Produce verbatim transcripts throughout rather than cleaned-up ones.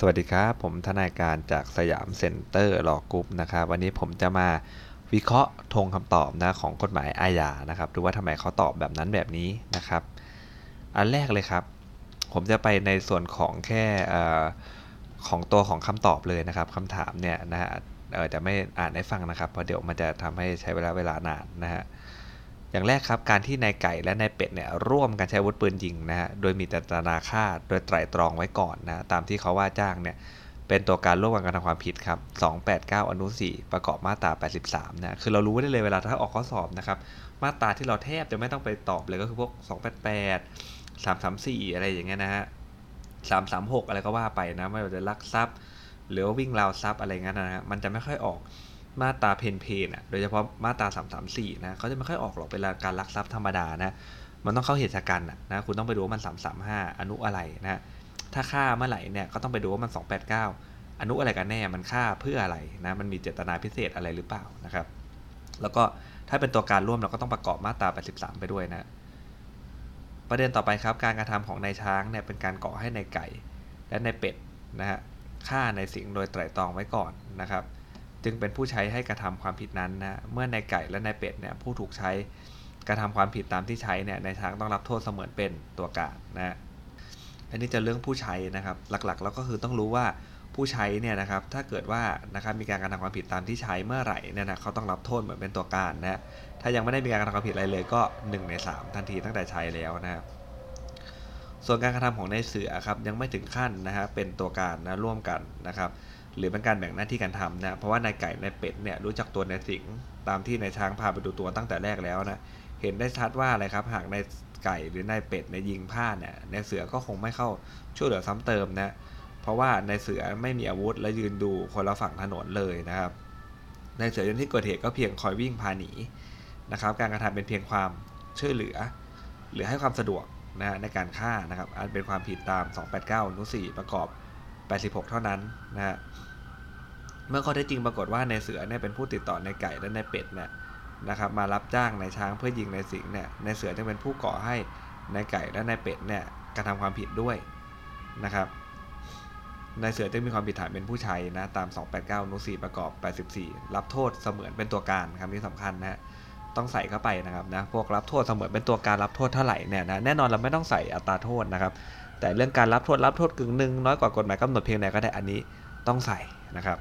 สวัสดีครับผมทนายการจากสยามเซ็นเตอร์ลอกรุ๊ปนะครับวันนี้ผมจะมาวิเคราะห์ทงคำตอบนะของกฎหมายอาญานะครับดูว่าทำไมเขาตอบแบบนั้นแบบนี้นะครับอันแรกเลยครับผมจะไปในส่วนของแค่ของตัวของคำตอบเลยนะครับคำถามเนี่ยนะฮะเออจะไม่อ่านให้ฟังนะครับเพราะเดี๋ยวมันจะทำให้ใช้เวลาเวลานานนะฮะอย่างแรกครับการที่นายไก่และนายเป็ดเนี่ยร่วมกันใช้อาวุธปืนยิงนะฮะโดยมีเจตนาฆ่าโดยไตร่ตรองไว้ก่อนนะตามที่เขาว่าจ้างเนี่ยเป็นตัวการร่วมกันกระทำความผิดครับสองแปดเก้าอนุสี่ประกอบมาตราแปดสิบสามนะคือเรารู้ได้เลยเวลาถ้าออกข้อสอบนะครับมาตราที่เราแทบจะไม่ต้องไปตอบเลยก็คือพวกสองแปดแปด สามสามสี่อะไรอย่างเงี้ยนะฮะสามสามหกอะไรก็ว่าไปนะไม่ว่าจะลักทรัพย์หรือว่าวิ่งราวทรัพย์อะไรเงี้ยนะฮะมันจะไม่ค่อยออกมาตราเพนเพนอ่ะโดยเฉพาะมาตราสามสามสี่นะเขาจะไม่ค่อยออกหรอกเป็นการลักทรัพย์ธรรมดานะมันต้องเข้าเหตุการณ์นะคุณต้องไปดูว่ามันสามสามห้าอนุอะไรนะถ้าฆ่าเมื่อไหร่เนี่ยก็ต้องไปดูว่ามันสองแปดเก้าอนุอะไรกันแน่มันฆ่าเพื่ออะไรนะมันมีเจตนาพิเศษอะไรหรือเปล่านะครับแล้วก็ถ้าเป็นตัวการร่วมเราก็ต้องประกอบมาตราแปดสิบสามไปด้วยนะประเด็นต่อไปครับการกระทำของนายช้างเนี่ยเป็นการก่อให้นายไก่และนายเป็ดนะฮะฆ่านายสิงห์โดยไตร่ตรองไว้ก่อนนะครับจึงเป็นผู้ใช้ให้กระทำความผิดนั้นนะเมื่อนายไก่และนายเป็ดเนี่ยผู้ถูกใช้กระทำความผิดตามที่ใช้เนี่ยนายช้างต้องรับโทษเสมือนเป็นตัวการนะอันนี้จะเรื่องผู้ใช้นะครับหลักๆแล้วก็คือต้องรู้ว่าผู้ใช้เนี่ยนะครับถ้าเกิดว่านะครับมีการกระทำความผิดตามที่ใช้เมื่อไหร่เนี่ยนะเขาต้องรับโทษเหมือนเป็นตัวการนะถ้ายังไม่ได้มีการกระทำความผิดอะไรเลยก็หนึ่งในสามทันทีตั้งแต่ใช้แล้วนะครับส่วนการกระทำของนายเสือครับยังไม่ถึงขั้นนะฮะเป็นตัวการนะร่วมกันนะครับหรือเป็นการแบ่งหน้าที่การทำนะเพราะว่านายไก่นายเป็ดเนี่ยรู้จักตัวนายสิงห์ตามที่นายช้างพาไปดูตัวตั้งแต่แรกแล้วนะเห็นได้ชัดว่าอะไรครับหากนายไก่หรือนายเป็ดในยิงพลาดเนี่ยนายเสือก็คงไม่เข้าช่วยเหลือซ้ำเติมนะเพราะว่านายเสือไม่มีอาวุธและยืนดูคนละฝั่งถนนเลยนะครับนายเสือในที่เกิดเหตุก็เพียงคอยวิ่งพาหนีนะครับการกระทำเป็นเพียงความช่วยเหลือหรือให้ความสะดวกนะในการฆ่านะครับอันเป็นความผิดตามสองแปดเก้าอนุสี่ประกอบแปดสิบหกเท่านั้นนะฮะเมื่อข้อเท็จจริงปรากฏว่าในเสือเนี่ยเป็นผู้ติดต่อในไก่และในเป็ดเนี่ยนะครับมารับจ้างในช้างเพื่อยิงในสิงห์เนี่ยในเสือจะเป็นผู้ก่อให้ในไก่และในเป็ดเนี่ยกระทำความผิดด้วยนะครับในเสือจะมีความผิดฐานเป็นผู้ใช้นะตามสองแปดเก้าอนุสี่ประกอบแปดสิบสี่รับโทษเสมือนเป็นตัวการคำนี้สำคัญนะฮะต้องใส่เข้าไปนะครับนะพวกรับโทษเสมือนเป็นตัวการรับโทษเท่าไหร่เนี่ยนะแน่นอนเราไม่ต้องใส่อัตราโทษนะครับแต่เรื่องการรับโทษรับโทษกึ่งหนึ่งน้อยกว่ากฎหมายกำหนดเพียงใดก็ได้อันนี้ต้องใส่นะครับ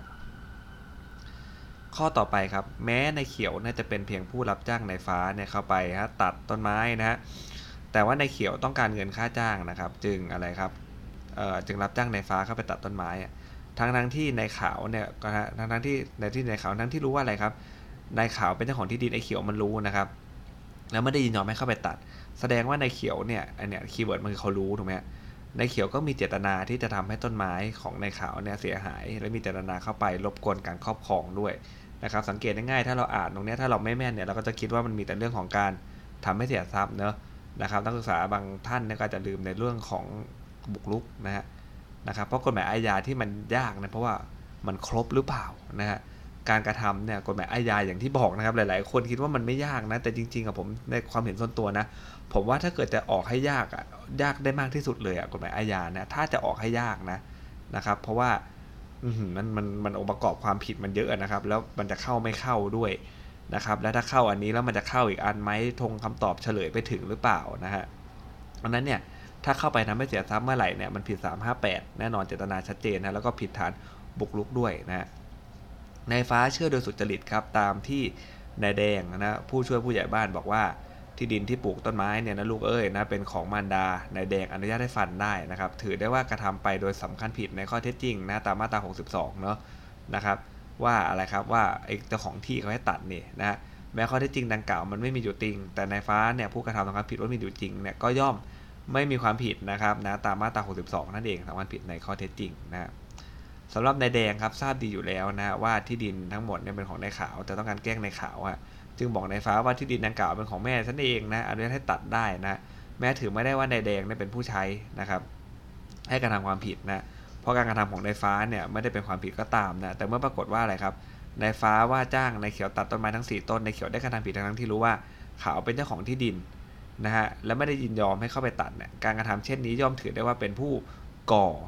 ข้อต่อไปครับแม้ในเขียวน่าจะเป็นเพียงผู้รับจ้างในฟ้าเนี่ยเข้าไปฮะตัดต้นไม้นะฮะแต่ว่าในเขียวต้องการเงินค่าจ้างนะครับจึงอะไรครับจึงรับจ้างในฟ้าเข้าไปตัดต้นไม้ทั้งทั้งที่ในขาวเนี่ยก็ฮะทั้งทั้งที่ในที่ในขาวทั้งที่รู้ว่าอะไรครับนายขาวเป็นเจ้าของที่ดินไอ้เขียวมันรู้นะครับแล้วไม่ได้ยินยอมให้เข้าไปตัดแสดงว่านายเขียวเนี่ยอันเนี้ยคีย์เวิร์ดมันคือเขารู้ถูกไหมนายเขียวก็มีเจตนาที่จะทำให้ต้นไม้ของนายขาวเนี่ยเสียหายและมีเจตนาเข้าไปรบกวนการครอบครองด้วยนะครับสังเกตง่ายๆถ้าเราอ่านตรงนี้ถ้าเราไม่แม่นเนี่ยเราก็จะคิดว่ามันมีแต่เรื่องของการทำให้เสียทรัพย์เนอะนะครับนักศึกษาบางท่านเนี่ยก็จะลืมในเรื่องของบุกรุกนะฮะนะครับเพราะกฎหมายอาญาที่มันยากนะเพราะว่ามันครบหรือเปล่านะฮะการกระทำเนี่ยกฎหมายอาญาอย่างที่บอกนะครับหลายๆคนคิดว่ามันไม่ยากนะแต่จริงๆกับผมในความเห็นส่วนตัวนะผมว่าถ้าเกิดจะออกให้ยากอ่ะยากได้มากที่สุดเลยอ่ะกฎหมายอาญาเนี่ยถ้าจะออกให้ยากนะนะครับเพราะว่ามันมันมันองค์ประกอบความผิดมันเยอะนะครับแล้วมันจะเข้าไม่เข้าด้วยนะครับแล้วถ้าเข้าอันนี้แล้วมันจะเข้าอีกอันไหมทงคำตอบเฉลยไปถึงหรือเปล่านะฮะเพราะนั้นเนี่ยถ้าเข้าไปทำให้เสียทรัพย์เมื่อไหร่เนี่ยมันผิดสามห้าแปดแน่นอนเจตนาชัดเจนนะแล้วก็ผิดฐานบุกรุกด้วยนะนายฟ้าเชื่อโดยสุจริตครับตามที่นายแดงนะผู้ช่วยผู้ใหญ่บ้านบอกว่าที่ดินที่ปลูกต้นไม้เนี่ยนะลูกเอ้ยนะเป็นของมารดานายแดงอนุญาตให้ฟันได้นะครับถือได้ว่ากระทำไปโดยสำคัญผิดในข้อเท็จจริงนะตามมาตราหกสิบสองเนาะนะครับว่าอะไรครับว่าไอ้เจ้าของที่เขาให้ตัดนี่นะแม้ข้อเท็จจริงดังกล่าวมันไม่มีอยู่จริงแต่นายฟ้าเนี่ยผู้กระทำความผิดว่ามีอยู่จริงเนี่ยก็ย่อมไม่มีความผิดนะครับนะตามมาตราหกสิบสองนั่นเองสำคัญผิดในข้อเท็จจริงนะสำหรับนายแดงครับทราบดีอยู่แล้วนะว่าที่ดินทั้งหมดเนี่ยเป็นของนายขาวแต่ต้องการแกล้งนายขาวอะจึงบอกนายฟ้าว่าที่ดินดังกล่าวเป็นของแม่ฉันเองนะอนุญาตให้ตัดได้นะแม้ถือไม่ได้ว่านายแดงเนี่ยเป็นผู้ใช้นะครับให้กระทำความผิดนะเพราะการกระทำของนายฟ้าเนี่ยไม่ได้เป็นความผิดก็ตามนะแต่เมื่อปรากฏว่าอะไรครับนายฟ้าว่าจ้างนายเขียวตัดต้นไม้ทั้งสี่ต้นนายเขียวได้กระทำผิดทั้งที่รู้ว่าขาวเป็นเจ้าของที่ดินนะฮะและไม่ได้ยินยอมให้เข้าไปตัดเนี่ยการกระทำเช่นนี้ย่อมถือได้ว่าเป็นผู้ก่อ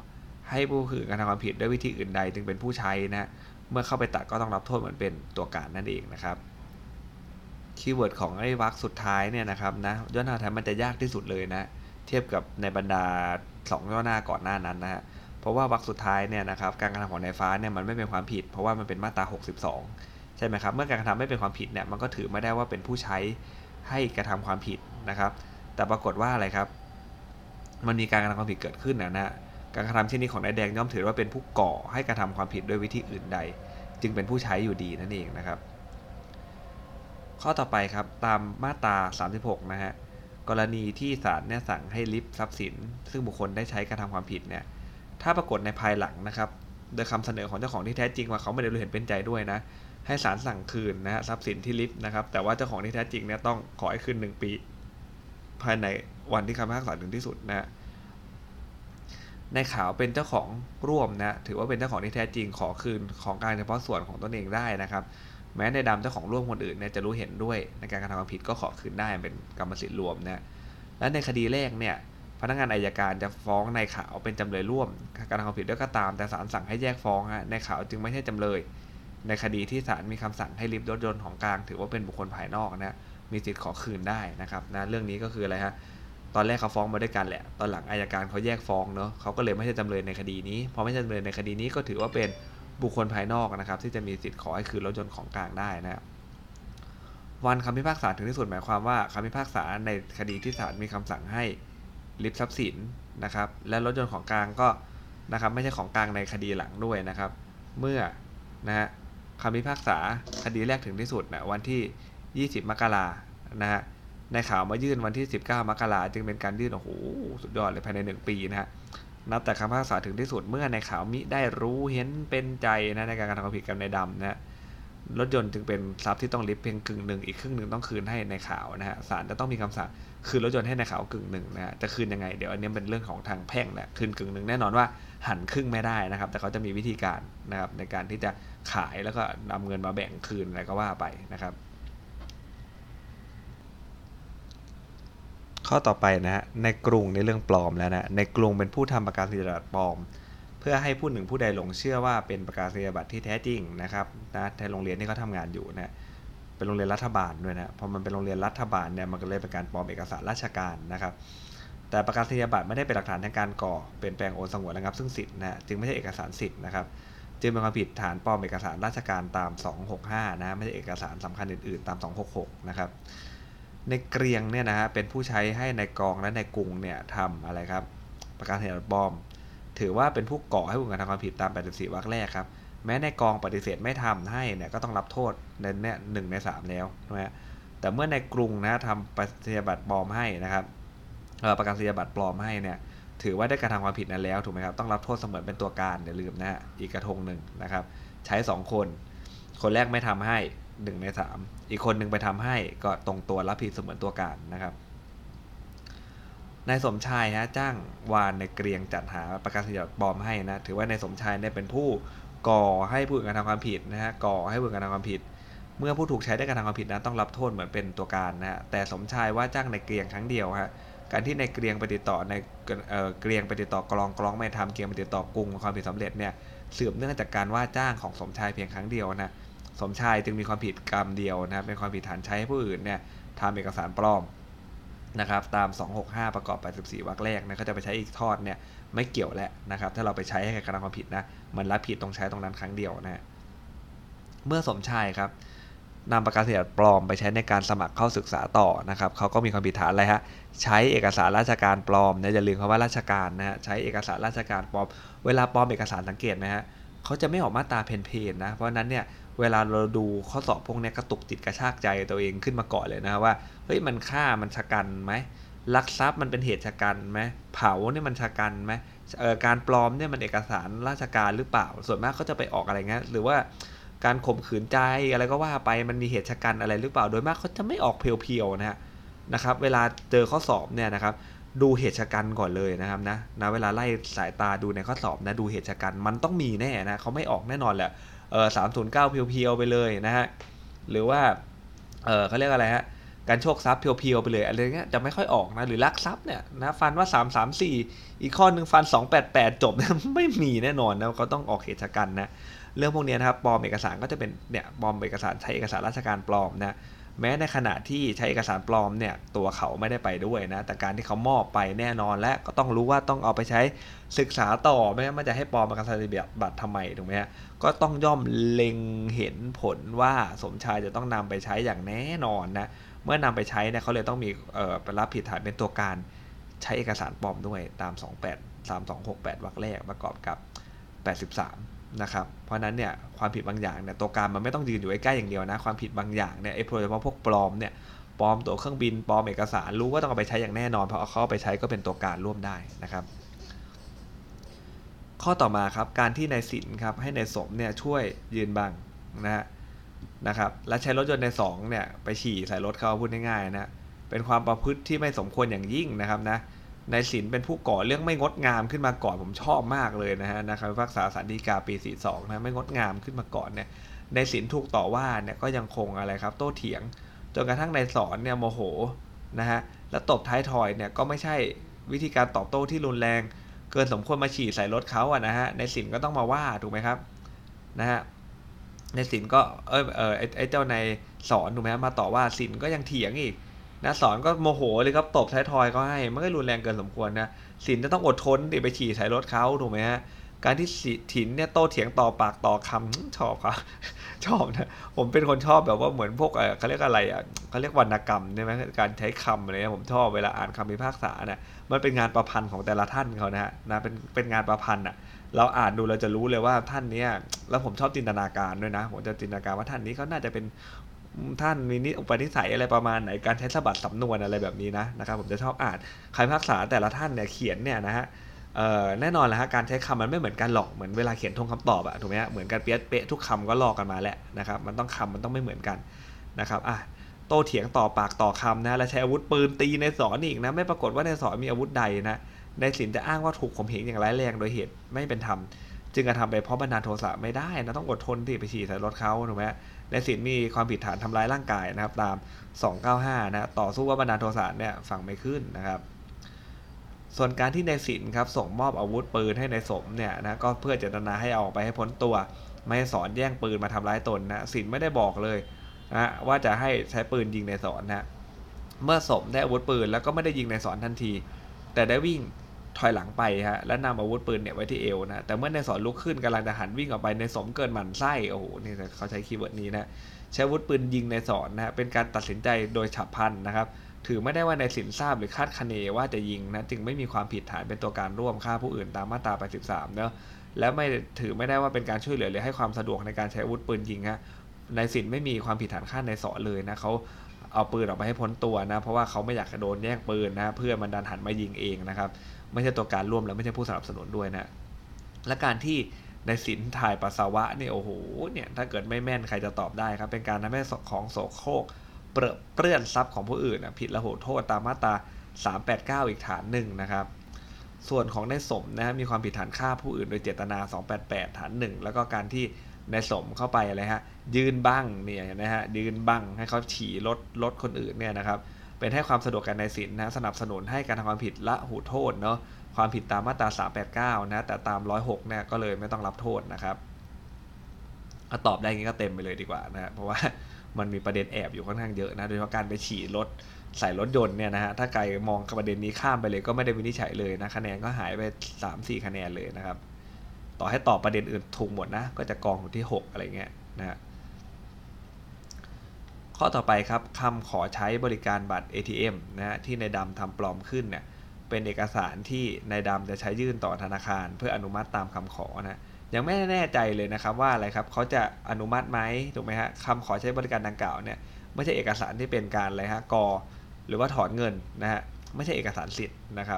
ให้ผู้อื่นกระทำความผิดด้วยวิธีอื่นใดจึงเป็นผู้ใช้นะเมื่อเข้าไปตัดก็ต้องรับโทษเหมือนเป็นตัวการนั่นเองนะครับคีย์เวิร์ดของไอ้วรรคสุดท้ายเนี่ยนะครับนะย่อหน้าท้ายมันจะยากที่สุดเลยนะเทียบกับในบรรดาสองย่อหน้าก่อนหน้านั้นนะฮะเพราะว่าวรรคสุดท้ายเนี่ยนะครับการกระทำของนายฟ้าเนี่ยมันไม่เป็นความผิดเพราะว่ามันเป็นมาตราหกสิบสองใช่ไหมครับเมื่อการกระทำไม่เป็นความผิดเนี่ยมันก็ถือไม่ได้ว่าเป็นผู้ใช้ให้กระทำความผิดนะครับแต่ปรากฏว่าอะไรครับมันมีการกระทำความผิดเกิดขึ้นนะนะการกระทำเช่นนี้ของนายแดงย่อมถือว่าเป็นผู้ก่อให้กระทำความผิดด้วยวิธีอื่นใดจึงเป็นผู้ใช้อยู่ดีนั่นเองนะครับข้อต่อไปครับตามมาตราสามสิบหกนะฮะกรณีที่ศาลเนี่ยสั่งให้ริบทรัพย์สินซึ่งบุคคลได้ใช้กระทำความผิดเนี่ยถ้าปรากฏในภายหลังนะครับโดยคำเสนอของเจ้าของที่แท้จริงว่าเขาไม่ได้รู้เห็นเป็นใจด้วยนะให้ศาลสั่งคืนนะฮะทรัพย์สินที่ริบนะครับแต่ว่าเจ้าของที่แท้จริงเนี่ยต้องขอให้คืนหนึ่งปีภายในวันที่คำพิพากษาถึงที่สุดนะในขาวเป็นเจ้าของร่วมนะถือว่าเป็นเจ้าของที่แท้จริงขอคืนของกลางเฉพาะส่วนของตนเองได้นะครับแม้ในดำเจ้าของร่วมคนอื่นเนี่ยจะรู้เห็นด้วยในการกระทำความผิดก็ขอคืนได้เป็นกรรมสิทธิ์รวมนะและในคดีแรกเนี่ยพนักงานอัยการจะฟ้องในขาวเป็นจำเลยร่วมการกระทำความผิดด้วยก็ตามแต่ศาลสั่งให้แยกฟ้องฮะในขาวจึงไม่ใช่จำเลยในคดีที่ศาลมีคำสั่งให้ริบรถยนต์ของกลางถือว่าเป็นบุคคลภายนอกนะมีสิทธิ์ขอคืนได้นะครับนะเรื่องนี้ก็คืออะไรฮะตอนแรกเขาฟ้องมาด้วยกันแหละตอนหลังอัยการเขาแยกฟ้องเนาะเขาก็เลยไม่ใช่จำเลยในคดีนี้พอไม่ใช่จำเลยในคดีนี้ก็ถือว่าเป็นบุคคลภายนอกนะครับที่จะมีสิทธิ์ขอให้คืนรถยนต์ของกลางได้นะวันคำพิพากษาถึงที่สุดหมายความว่าคำพิพากษาในคดีที่ศาลมีคำสั่งให้ริบทรัพย์สินนะครับและรถยนต์ของกลางก็นะครับไม่ใช่ของกลางในคดีหลังด้วยนะครับเมื่อนะฮะคำพิพากษาคดีแรกถึงที่สุดนะวันที่ยี่สิบมกรานะฮะในข่าวมายื่นวันที่สิบเก้ามกราจึงเป็นการยื่นโอ้โหสุดยอดเลยภายในหนึ่งปีนะฮะนับแต่คำพิพากษาถึงที่สุดเมื่อในข่าวมิได้รู้เห็นเป็นใจนะในการกระทำความผิดกับในดำนะรถยนต์จึงเป็นทรัพย์ที่ต้องริบเพียงกึ่งหนึ่งอีกครึ่งหนึ่งต้องคืนให้ในข่าวนะฮะศาลจะต้องมีคำสั่งคืนรถยนต์ให้ในข่าวกึ่งหนึ่งนะฮะจะคืนยังไงเดี๋ยวอันนี้เป็นเรื่องของทางแพ่งแหละคืนกึ่งหนึ่งแน่นอนว่าหันครึ่งไม่ได้นะครับแต่เขาจะมีวิธีการนะครับในการที่จะขายแล้วก็นำเงินมาแบ่งคืนอะไรก็ว่าไปนะครับข้อต่อไปนะฮะในกรุงในเรื่องปลอมแล้วนะในกรุงเป็นผู้ทำประกาศนียบัตรปลอมเพื่อให้ผู้หนึ่งผู้ใดหลงเชื่อว่าเป็นประกาศนียบัตรที่แท้จริงนะครับนะในโรงเรียนที่เขาทำงานอยู่นะเป็นโรงเรียนรัฐบาลด้วยนะพอมันเป็นโรงเรียนรัฐบาลเนี่ยมันก็เลยเป็นการปลอมเอกสารราชการนะครับแต่ประกาศนียบัตรไม่ได้เป็นหลักฐานในการก่อเปลี่ยนแปลงโอนสงวนระงับซึ่งสิทธิ์นะจึงไม่ใช่เอกสารสิทธิ์นะครับจึงเป็นความผิดฐานปลอมเอกสารราชการตามสองหกห้านะไม่ใช่เอกสารสำคัญอื่นๆตามสองหกหกนะครับในเกรียงเนี่ยนะฮะเป็นผู้ใช้ให้ในกองและในกรุงเนี่ยทำอะไรครับประกาศนียบัตรปลอมถือว่าเป็นผู้ก่อให้ผู้กระทำความผิดตามแปดสิบสี่วรรคแรกครับแม้ในกองปฏิเสธไม่ทำให้เนี่ยก็ต้องรับโทษในเนี่ยหนึ่งในสามแล้วใช่ไหมแต่เมื่อในกรุงนะทำประกาศนียบัตรปลอมให้นะครับประกาศนียบัตรปลอมให้เนี่ยถือว่าได้กระทำความผิดนั้นแล้วถูกไหมครับต้องรับโทษเสมือนเป็นตัวการอย่าลืมนะฮะอีกกระทงหนึ่งนะครับใช้สองคนคนแรกไม่ทำให้หนึ่งในสามอีกคนหนึ่งไปทำให้ก็ตรงตัวรับผิดเสมือนตัวการนะครับนายสมชายฮะจ้างวานในเกรียงจัดหาประกาศนียบัตรปลอมให้นะถือว่านายสมชายเนี่ยเป็นผู้ก่อให้ผู้อื่นกระทำความผิดนะฮะก่อให้ผู้อื่นกระทำความผิดเมื่อผู้ถูกใช้ได้กระทำความผิดนะต้องรับโทษเหมือนเป็นตัวการนะฮะแต่สมชายว่าจ้างในเกรียงครั้งเดียวฮะการที่ในเกรียงไปติดต่อในเอ่อเกรียงไปติดต่อกลองกลองไม่ทำเกรียงไปติดต่อกรุงความผิดสำเร็จเนี่ยสืบเนื่องจากการว่าจ้างของสมชายเพียงครั้งเดียวนะสมชายจึงมีความผิดกรรมเดียวนะเป็นความผิดฐานใช้ให้ผู้อื่นเนี่ยทำเอกสารปลอมนะครับตามสองหกห้าประกอบแปดสิบสี่วรรคแรกนะก็จะไปใช้อีกทอดเนี่ยไม่เกี่ยวแล้วนะครับถ้าเราไปใช้ให้กระทำความผิดนะมันรับผิดตรงใช้ตรงนั้นครั้งเดียวนะเมื่อสมชายครับนำประกาศนียบัตรปลอมไปใช้ในการสมัครเข้าศึกษาต่อนะครับเขาก็มีความผิดฐานอะไรฮะใช้เอกสารราชการปลอมนะอย่าลืมคำว่าราชการนะฮะใช้เอกสารราชการปลอมเวลาปลอมเอกสารสังเกตไหมฮะเขาจะไม่ออกมาตราเพนๆนะเพราะนั้นเนี่ยเวลาเราดูข้อสอบพวกนี้กระตุกจิตกระชากใจตัวเองขึ้นมาก่อนเลยนะว่าเฮ้ยมันฆ่ามันชะกันไหมลักทรัพย์มันเป็นเหตุชะกันไหมเผาเนี่ยมันชะกันไหมเอ่อการปลอมเนี่ยมันเอกสารราชการหรือเปล่าส่วนมากเขาจะไปออกอะไรเงี้ยหรือว่าการข่มขืนใจอะไรก็ว่าไปมันมีเหตุชะกันอะไรหรือเปล่าโดยมากเขาจะไม่ออกเพียวๆนะฮะนะครับเวลาเจอข้อสอบเนี่ยนะครับดูเหตุชะกันก่อนเลยนะครับนะนะเวลาไล่สายตาดูในข้อสอบนะดูเหตุชะกันมันต้องมีแน่นะเขาไม่ออกแน่นอนแหละเออสามศูนย์เก้าเพียวๆไปเลยนะฮะหรือว่าเออเขาเรียกอะไรฮะการโชคทรัพย์เพียวๆไปเลยอะไรเงี้ยจะไม่ค่อยออกนะหรือลักทรัพย์เนี่ยนะฟันว่าสาม สาม สี่อีกข้อหนึ่งฟันสอง แปด แปดจบนะไม่มีแน่นอนนะเขาต้องออกเหตุการณ์นะเรื่องพวกนี้นะครับปลอมเอกสารก็จะเป็นเนี่ยปลอมเอกสารใช้เอกสารราชการปลอมนะแม้ในขณะที่ใช้เอกสารปลอมเนี่ยตัวเขาไม่ได้ไปด้วยนะแต่การที่เขามอบไปแน่นอนและก็ต้องรู้ว่าต้องเอาไปใช้ศึกษาต่อไม่งั้นมันจะให้ปลอมเอกสารบัตรทำไมถูกไหมฮะก็ต้องย่อมเล็งเห็นผลว่าสมชายจะต้องนำไปใช้อย่างแน่นอนนะเมื่อนำไปใช้เนี่ยเขาเลยต้องมีเอ่อไปรับผิดฐานเป็นตัวการใช้เอกสารปลอมด้วยตามสองแปด สาม สอง หก แปดวรรคแรกประกอบกับแปดสิบสามนะครับเพราะนั้นเนี่ยความผิดบางอย่างเนี่ยตัวการมันไม่ต้องยืนอยู่ใกล้ๆอย่างเดียวนะความผิดบางอย่างเนี่ยไอ้โดยเฉพาะพวกปลอมเนี่ยปลอมตั๋วเครื่องบินปลอมเอกสารรู้ว่าต้องเอาไปใช้อย่างแน่นอนพอเอาเข้าไปใช้ก็เป็นตัวการร่วมได้นะครับข้อต่อมาครับการที่นายสินครับให้นายสมเนี่ยช่วยยืนบังนะฮะนะครับและใช้รถยนต์ในสองเนี่ยไปฉี่ใส่รถเขาพูดง่ายๆนะเป็นความประพฤติที่ไม่สมควรอย่างยิ่งนะครับนะนายสินเป็นผู้ก่อเรื่องไม่งดงามขึ้นมาก่อนผมชอบมากเลยนะฮะนะครับพิพากษาศาลฎีกาปีสี่สิบสองนะไม่งดงามขึ้นมาก่อนเนี่ยนายสินถูกต่อว่าเนี่ยก็ยังคงอะไรครับโต้เถียงจนกระทั่งนายสอนเนี่ยโมโหนะฮะแล้วตบท้ายทอยเนี่ยก็ไม่ใช่วิธีการตอบโต้ที่รุนแรงเกินสมควรมาฉี่ใส่รถเขาอะนะฮะนายสินก็ต้องมาว่าถูกไหมครับนะฮะนายสินก็เออเออไอ้ไอ้เจ้านายสอนถูกไหมมาต่อว่าสินก็ยังเถียงอีกนะสอนก็โมโหเลยครับตบท้ายทอยก็ให้มันก็รุนแรงเกินสมควรนะสินจะต้องอดทนดิไปฉี่ใส่รถเขาถูกไหมฮะการที่สินเนี่ยโต้เถียงต่อปากต่อคำชอบครับ ชอบนะผมเป็นคนชอบแบบว่าเหมือนพวกเออเขาเรียกอะไรอ่ะเขาเรียกวรรณกรรมใช่ไหมการใช้คำอะไรผมชอบเวลาอ่านคำพิพากษาเนี่ยมันเป็นงานประพันธ์ของแต่ละท่านเขานะฮะนะเป็นเป็นงานประพันธ์อ่ะเราอ่านดูเราจะรู้เลยว่าท่านเนี้ยแล้วผมชอบจินตนาการด้วยนะผมจะจินตนาการว่าท่านนี้เขาน่าจะเป็นท่านมีนิอุปนิสัยอะไรประมาณไหนการใช้สะบัดสำนวนอะไรแบบนี้นะนะครับผมจะชอบอ่านคำพิพากษาแต่ละท่านเนี่ยเขียนเนี่ยนะฮะแน่นอนแหละฮะการใช้คำมันไม่เหมือนกันหรอกเหมือนเวลาเขียนทงคำตอบอะถูกไหมฮะเหมือนกันเป๊ะเป๊ะทุกคำก็ลอกกันมาแหละนะครับมันต้องคำมันต้องไม่เหมือนกันนะครับอ่ะโต้เถียงต่อปากต่อคำนะและใช้อาวุธปืนตีในสอนอีกนะไม่ปรากฏว่าในสอนมีอาวุธใดนะในสินจะอ้างว่าถูกข่มเหงอย่างร้ายแรงโดยเหตุไม่เป็นธรรมจึงกระทำไปเพราะบันดาลโทสะไม่ได้นะต้องอดทนที่ไปฉี่ใส่รถเขาถูกไหมในสินมีความผิดฐานทำร้ายร่างกายนะครับตามสองเก้าห้านะต่อสู้ว่าบันดาลโทสะเนี่ยฟังไม่ขึ้นนะครับส่วนการที่นายสินครับส่งมอบอาวุธปืนให้นายสมเนี่ยนะก็เพื่อเจตนาให้เอาออกไปให้พ้นตัวไม่ให้สอนแย่งปืนมาทำร้ายตนนะสินไม่ได้บอกเลยนะว่าจะให้ใช้ปืนยิงนายสอนนะเมื่อสมได้อาวุธปืนแล้วก็ไม่ได้ยิงนายสอนทันทีแต่ได้วิ่งถอยหลังไปฮะและนำอาวุธปืนเนี่ยไว้ที่เอวนะแต่เมื่อนายสอนลุกขึ้นกำลังจะหันวิ่งออกไปนายสมเกินหมั่นไส้โอ้โหนี่เขาใช้คีย์เวิร์ดนี้นะใช้อาวุธปืนยิงนายสอนนะเป็นการตัดสินใจโดยฉับพลันนะครับถือไม่ได้ว่านายสินทราบหรือคาดคะเนว่าจะยิงนะจึงไม่มีความผิดฐานเป็นตัวการร่วมฆ่าผู้อื่นตามมาตราแปดสิบสามเนาะและไม่ถือไม่ได้ว่าเป็นการช่วยเหลือหรือให้ความสะดวกในการใช้อาวุธปืนยิงฮะนายสินไม่มีความผิดฐานฆ่านายสอนเลยนะเขาเอาปืนออกไปให้พ้นตัวนะเพราะว่าเขาไม่อยากจะโดนแย่งปืนนะเพื่อมันดันหันมายิงเองนะครับไม่ใช่ตัวการร่วมและไม่ใช่ผู้สนับสนุนด้วยนะและการที่นายสินถ่ายปัสสาวะเนี่ยโอ้โหเนี่ยถ้าเกิดไม่แม่นใครจะตอบได้ครับเป็นการทำให้ของโสโครกเปลื้อนทรัพย์ของผู้อื่นนะผิดละโหโทษตามมาตราสามแปดเก้าอีกฐานหนึ่งนะครับส่วนของนายสมนะมีความผิดฐานฆ่าผู้อื่นโดยเจตนาสองแปดแปดฐานหนึ่งแล้วก็การที่นายสมเข้าไปอะไรฮะยืนบังเนี่ยนะฮะยืนบังให้เขาฉี่รถรถคนอื่นเนี่ยนะครับเป็นให้ความสะดวกแก่นายสินนะสนับสนุนให้การทำความผิดละหูโทษเนาะความผิดตามมาตราสามแปดเก้านะแต่ตามหนึ่งร้อยหกเนี่ยก็เลยไม่ต้องรับโทษนะครับถ้าตอบได้งี้ก็เต็มไปเลยดีกว่านะเพราะว่ามันมีประเด็นแอบอยู่ค่อนข้างเยอะนะโดยเฉพาะการไปฉี่รถใส่รถยนต์เนี่ยนะฮะถ้าไกลมองประเด็นนี้ข้ามไปเลยก็ไม่ได้วินิจฉัยเลยนะคะแนนก็หายไป สามสี่ คะแนนเลยนะครับต่อให้ตอบประเด็นอื่นถูกหมดนะก็จะกองอยู่ที่หกอะไรเงี้ยนะฮะข้อต่อไปครับคำขอใช้บริการบัตร เอ ที เอ็ม นะฮะที่นายดำทำปลอมขึ้นเนี่ยเป็นเอกสารที่นายดำจะใช้ยื่นต่อธนาคารเพื่ออนุมัติตามคำขอนะยังไม่แน่ใจเลยนะครับว่าอะไรครับเขาจะอนุมัติไหมถูกไหมฮะคำขอใช้บริการดังกล่าวเนี่ยไม่ใช่เอกสารที่เป็นการอะไรฮะกอหรือว่าถอนเงินนะฮะไม่ใช่เอกสารสิทธิ์นะครับ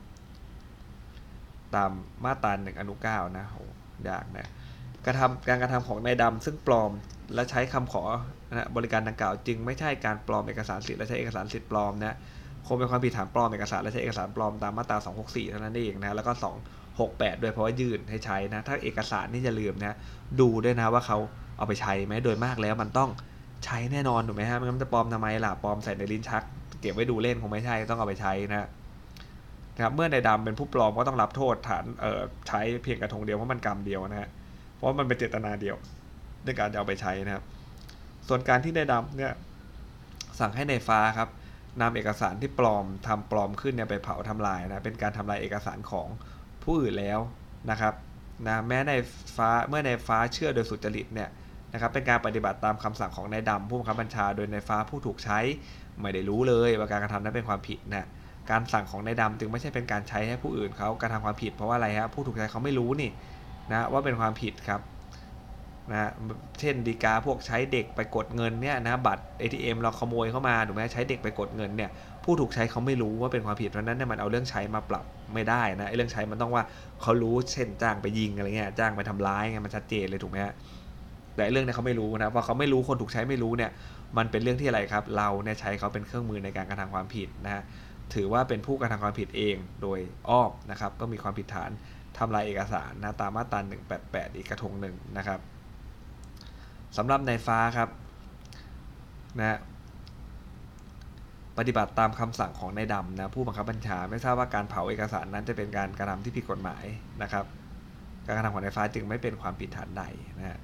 ตามมาตราหนึ่งอนุเก้านะโหยากนะกระทำการกระทำของนายดำซึ่งปลอมและใช้คำขอนะบริการดังกล่าวจึงไม่ใช่การปลอมเอกสารสิทธิ์และใช้เอกสารสิทธิ์ปลอมนะคงเป็นความผิดฐานปลอมเอกสารและใช้เอกสารปลอมตามมาตราสองหกสี่เท่านั้นเองนะแล้วก็สองหกแปดด้วยเพราะว่ายื่นให้ใช้นะถ้าเอกสารนี่จะลืมนะดูด้วยนะว่าเขาเอาไปใช้ไหมโดยมากแล้วมันต้องใช้แน่นอนถูกไหมฮะมันจะปลอมทำไมล่ะปลอมใส่ในลิ้นชักเก็บไว้ดูเล่นคงไม่ใช่ต้องเอาไปใช้นะครับเมื่อในดำเป็นผู้ปลอมก็ต้องรับโทษฐานเอ่อใช้เพียงกระทงเดียวเพราะมันกรรมเดียวนะฮะเพราะมันเป็นเจตนาเดียวในการจะเอาไปใช้นะครับส่วนการที่ในดำเนี่ยสั่งให้ในฟ้าครับนำเอกสารที่ปลอมทำปลอมขึ้นเนี่ยไปเผาทำลายนะเป็นการทำลายเอกสารของผู้อื่นแล้วนะครับนะแม้ในฟ้าเมื่อในฟ้าเชื่อโดยสุจริตเนี่ยนะครับเป็นการปฏิบัติตามคำสั่งของนายดำผู้บังคับบัญชาโดยนายฟ้าผู้ถูกใช้ไม่ได้รู้เลยว่าการกระทำนั้นเป็นความผิดนะการสั่งของนายดำจึงไม่ใช่เป็นการใช้ให้ผู้อื่นเขากระทำความผิดเพราะว่าอะไรฮะผู้ถูกใช้เขาไม่รู้นี่นะว่าเป็นความผิดครับนะเช่นดีกาพวกใช้เด็กไปกดเงินเนี่ยนะบัตร เอ ที เอ็ม เราขโมยเข้ามาถูกไหมใช้เด็กไปกดเงินเนี่ยผู้ถูกใช้เขาไม่รู้ว่าเป็นความผิดเพราะนั้นเนี่ยมันเอาเรื่องใช้มาปรับไม่ได้นะไอ้เรื่องใช้มันต้องว่าเขารู้เช่นจ้างไปยิงอะไรเงี้ยจ้างไปทำร้ายไงมันชัดเจนเลยถูกไหมฮะแต่เรื่องนี้เขาไม่รู้นะพอเขาไม่รู้คนถูกใช้ไม่รู้เนี่ยมันเป็นเรื่องที่อะไรครับเราเนี่ยใช้เขาเป็นเครื่องมือในการกระทำความผิดนะฮะถือว่าเป็นผู้กระทำความผิดเองโดยอ้อมนะครับก็มีความผิดฐานทำลายเอกสารนะตามมาตราหนึ่งแปดแปดอีกกระทงหนึ่งนะครับสำหรับนายฟ้าครับนะปฏิบัติตามคำสั่งของนายดำนะผู้บังคับบัญชาไม่ทราบว่าการเผาเอกสารนั้นจะเป็นการกระทำที่ผิดกฎหมายนะครับการกระทำของนายฟ้าจึงไม่เป็นความผิดฐานใดนะฮะ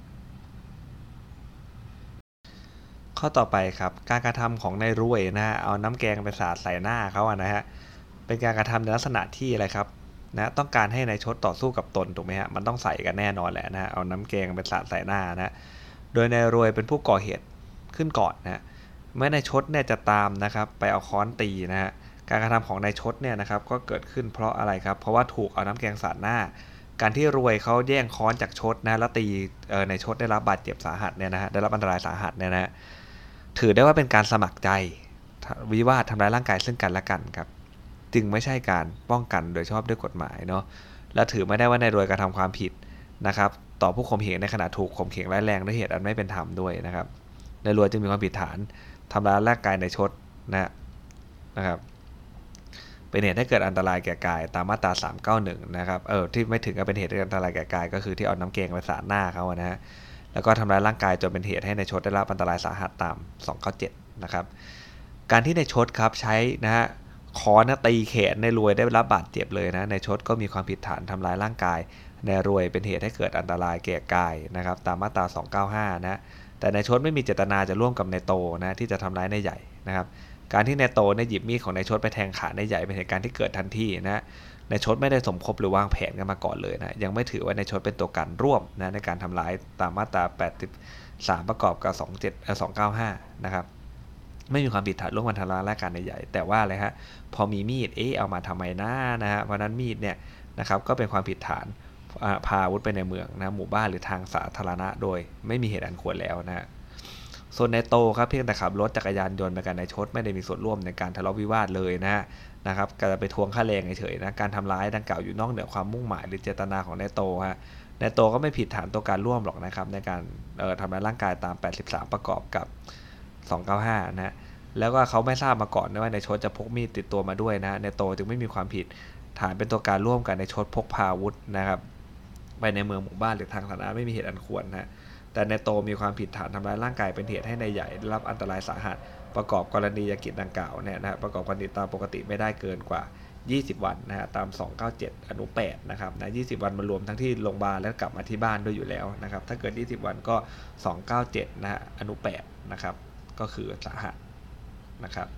ข้อต่อไปครับการกระทำของนายรวยนะฮะเอาน้ำแกงไปสาดใส่หน้าเขาอะนะฮะเป็นการกระทำในลักษณะที่อะไรครับนะต้องการให้นายชดต่อสู้กับตนถูกไหมฮะมันต้องใส่กันแน่นอนแหละนะเอาน้ำแกงไปสาดใส่หน้านะโดยนายรวยเป็นผู้ก่อเหตุขึ้นก่อนนะเมื่อนายชดเนี่ยจะตามนะครับไปเอาค้อนตีนะฮะการกระทำของนายชดเนี่ยนะครับก็เกิดขึ้นเพราะอะไรครับเพราะว่าถูกเอาน้ำแกงสาดหน้าการที่รวยเขาแย่งค้อนจากชดนะแล้วตีนายชดได้รับบาดเจ็บสาหัสเนี่ยนะฮะได้รับอันตรายสาหัสเนี่ยนะถือได้ว่าเป็นการสมัครใจวิวาททำร้ายร่างกายซึ่งกันและกันครับจึงไม่ใช่การป้องกันโดยชอบด้วยกฎหมายเนาะและถือไม่ได้ว่านายรวยกระทำความผิดนะครับต่อผู้ข่มเหงในขณะถูกข่มเหงร้ายแรงด้วยเหตุอันไม่เป็นธรรมด้วยนะครับนายรวยจึงมีความผิดฐานทำร้ายร่างกายในชดนะนะครับเป็นเหตุให้เกิดอันตรายแก่กายตามมาตราสามร้อยเก้าสิบเอ็ดนะครับเออที่ไม่ถึงกับเป็นเหตุให้เกิดอันตรายแก่กายก็คือที่เอาน้ำแกงไปสาดหน้าเขานะฮะแล้วก็ทำร้ายร่างกายจนเป็นเหตุให้ในชดได้รับอันตรายสาหัสตามสองร้อยเก้าสิบเจ็ดนะครับการที่ในชดครับใช้นะฮะค้อนตีแขนในรวยได้รับบาดเจ็บเลยนะในชดก็มีความผิดฐานทำร้ายร่างกายในรวยเป็นเหตุให้เกิดอันตรายแก่กายนะครับตามมาตราสองร้อยเก้าสิบห้านะแต่ในชดไม่มีเจตนาจะร่วมกับในโตนะที่จะทำร้ายในใหญ่นะครับการที่ในโตในหยิบมีดของในชดไปแทงขาในใหญ่เป็นเหตุการณ์ที่เกิดทันทีนะในชดไม่ได้สมคบหรือวางแผนกันมาก่อนเลยนะยังไม่ถือว่าในชดเป็นตัวการร่วมนะในการทำร้ายตามมาตราแปดสิบสามประกอบกับสองเจ็ดเอ่อสองร้อยเก้าสิบห้านะครับไม่มีความผิดฐานร่วมกันทำร้ายร่างกายในใหญ่แต่ว่าอะไรฮะพอมีมีดเอ๊ะเอามาทำไมนะนะฮะเพราะนั้นมีดเนี่ยนะครับก็เป็นความผิดฐานพาอาวุธไปในเมืองนะหมู่บ้านหรือทางสาธารณะโดยไม่มีเหตุอันควรแล้วนะฮะส่วนในโตครับเพียงแต่ขับรถจักรยานยนต์ไปกันในชดไม่ได้มีส่วนร่วมในการทะเลาะวิวาทเลยนะนะครับก็จะไปทวงค่าแรงเฉยๆนะการทำร้ายดังกล่าวอยู่นอกเหนือความมุ่งหมายหรือเจตนาของในโตฮะในโตก็ไม่ผิดฐานตัวการร่วมหรอกนะครับในการเอ่อทำร้ายร่างกายตามแปดสิบสามประกอบกับสองร้อยเก้าสิบห้านะแล้วก็เขาไม่ทราบมาก่อนว่าในชดจะพกมีดติดตัวมาด้วยนะในโตจึงไม่มีความผิดฐานเป็นตัวการร่วมกันในชดพกพาอาวุธนะครับไปในเมืองหมู่บ้านหรือทางสาธารณะไม่มีเหตุอันควรนะแต่ในโตมีความผิดฐานทำร้ายร่างกายเป็นเหตุให้ในใหญ่ได้รับอันตรายสาหัสประกอบกรณียกิจดังกล่าวเนี่ยนะประกอบกรณีตามปกติไม่ได้เกินกว่ายี่สิบวันนะฮะตามสองร้อยเก้าสิบเจ็ดอนุแปดนะครับนะยี่สิบวันมารวมทั้งที่โรงพยาบาลแล้วกลับมาที่บ้านด้วยอยู่แล้วนะครับถ้าเกิดยี่สิบวันก็สองร้อยเก้าสิบเจ็ดนะฮะอนุแปดนะครับก็คือสาหัสนะครับ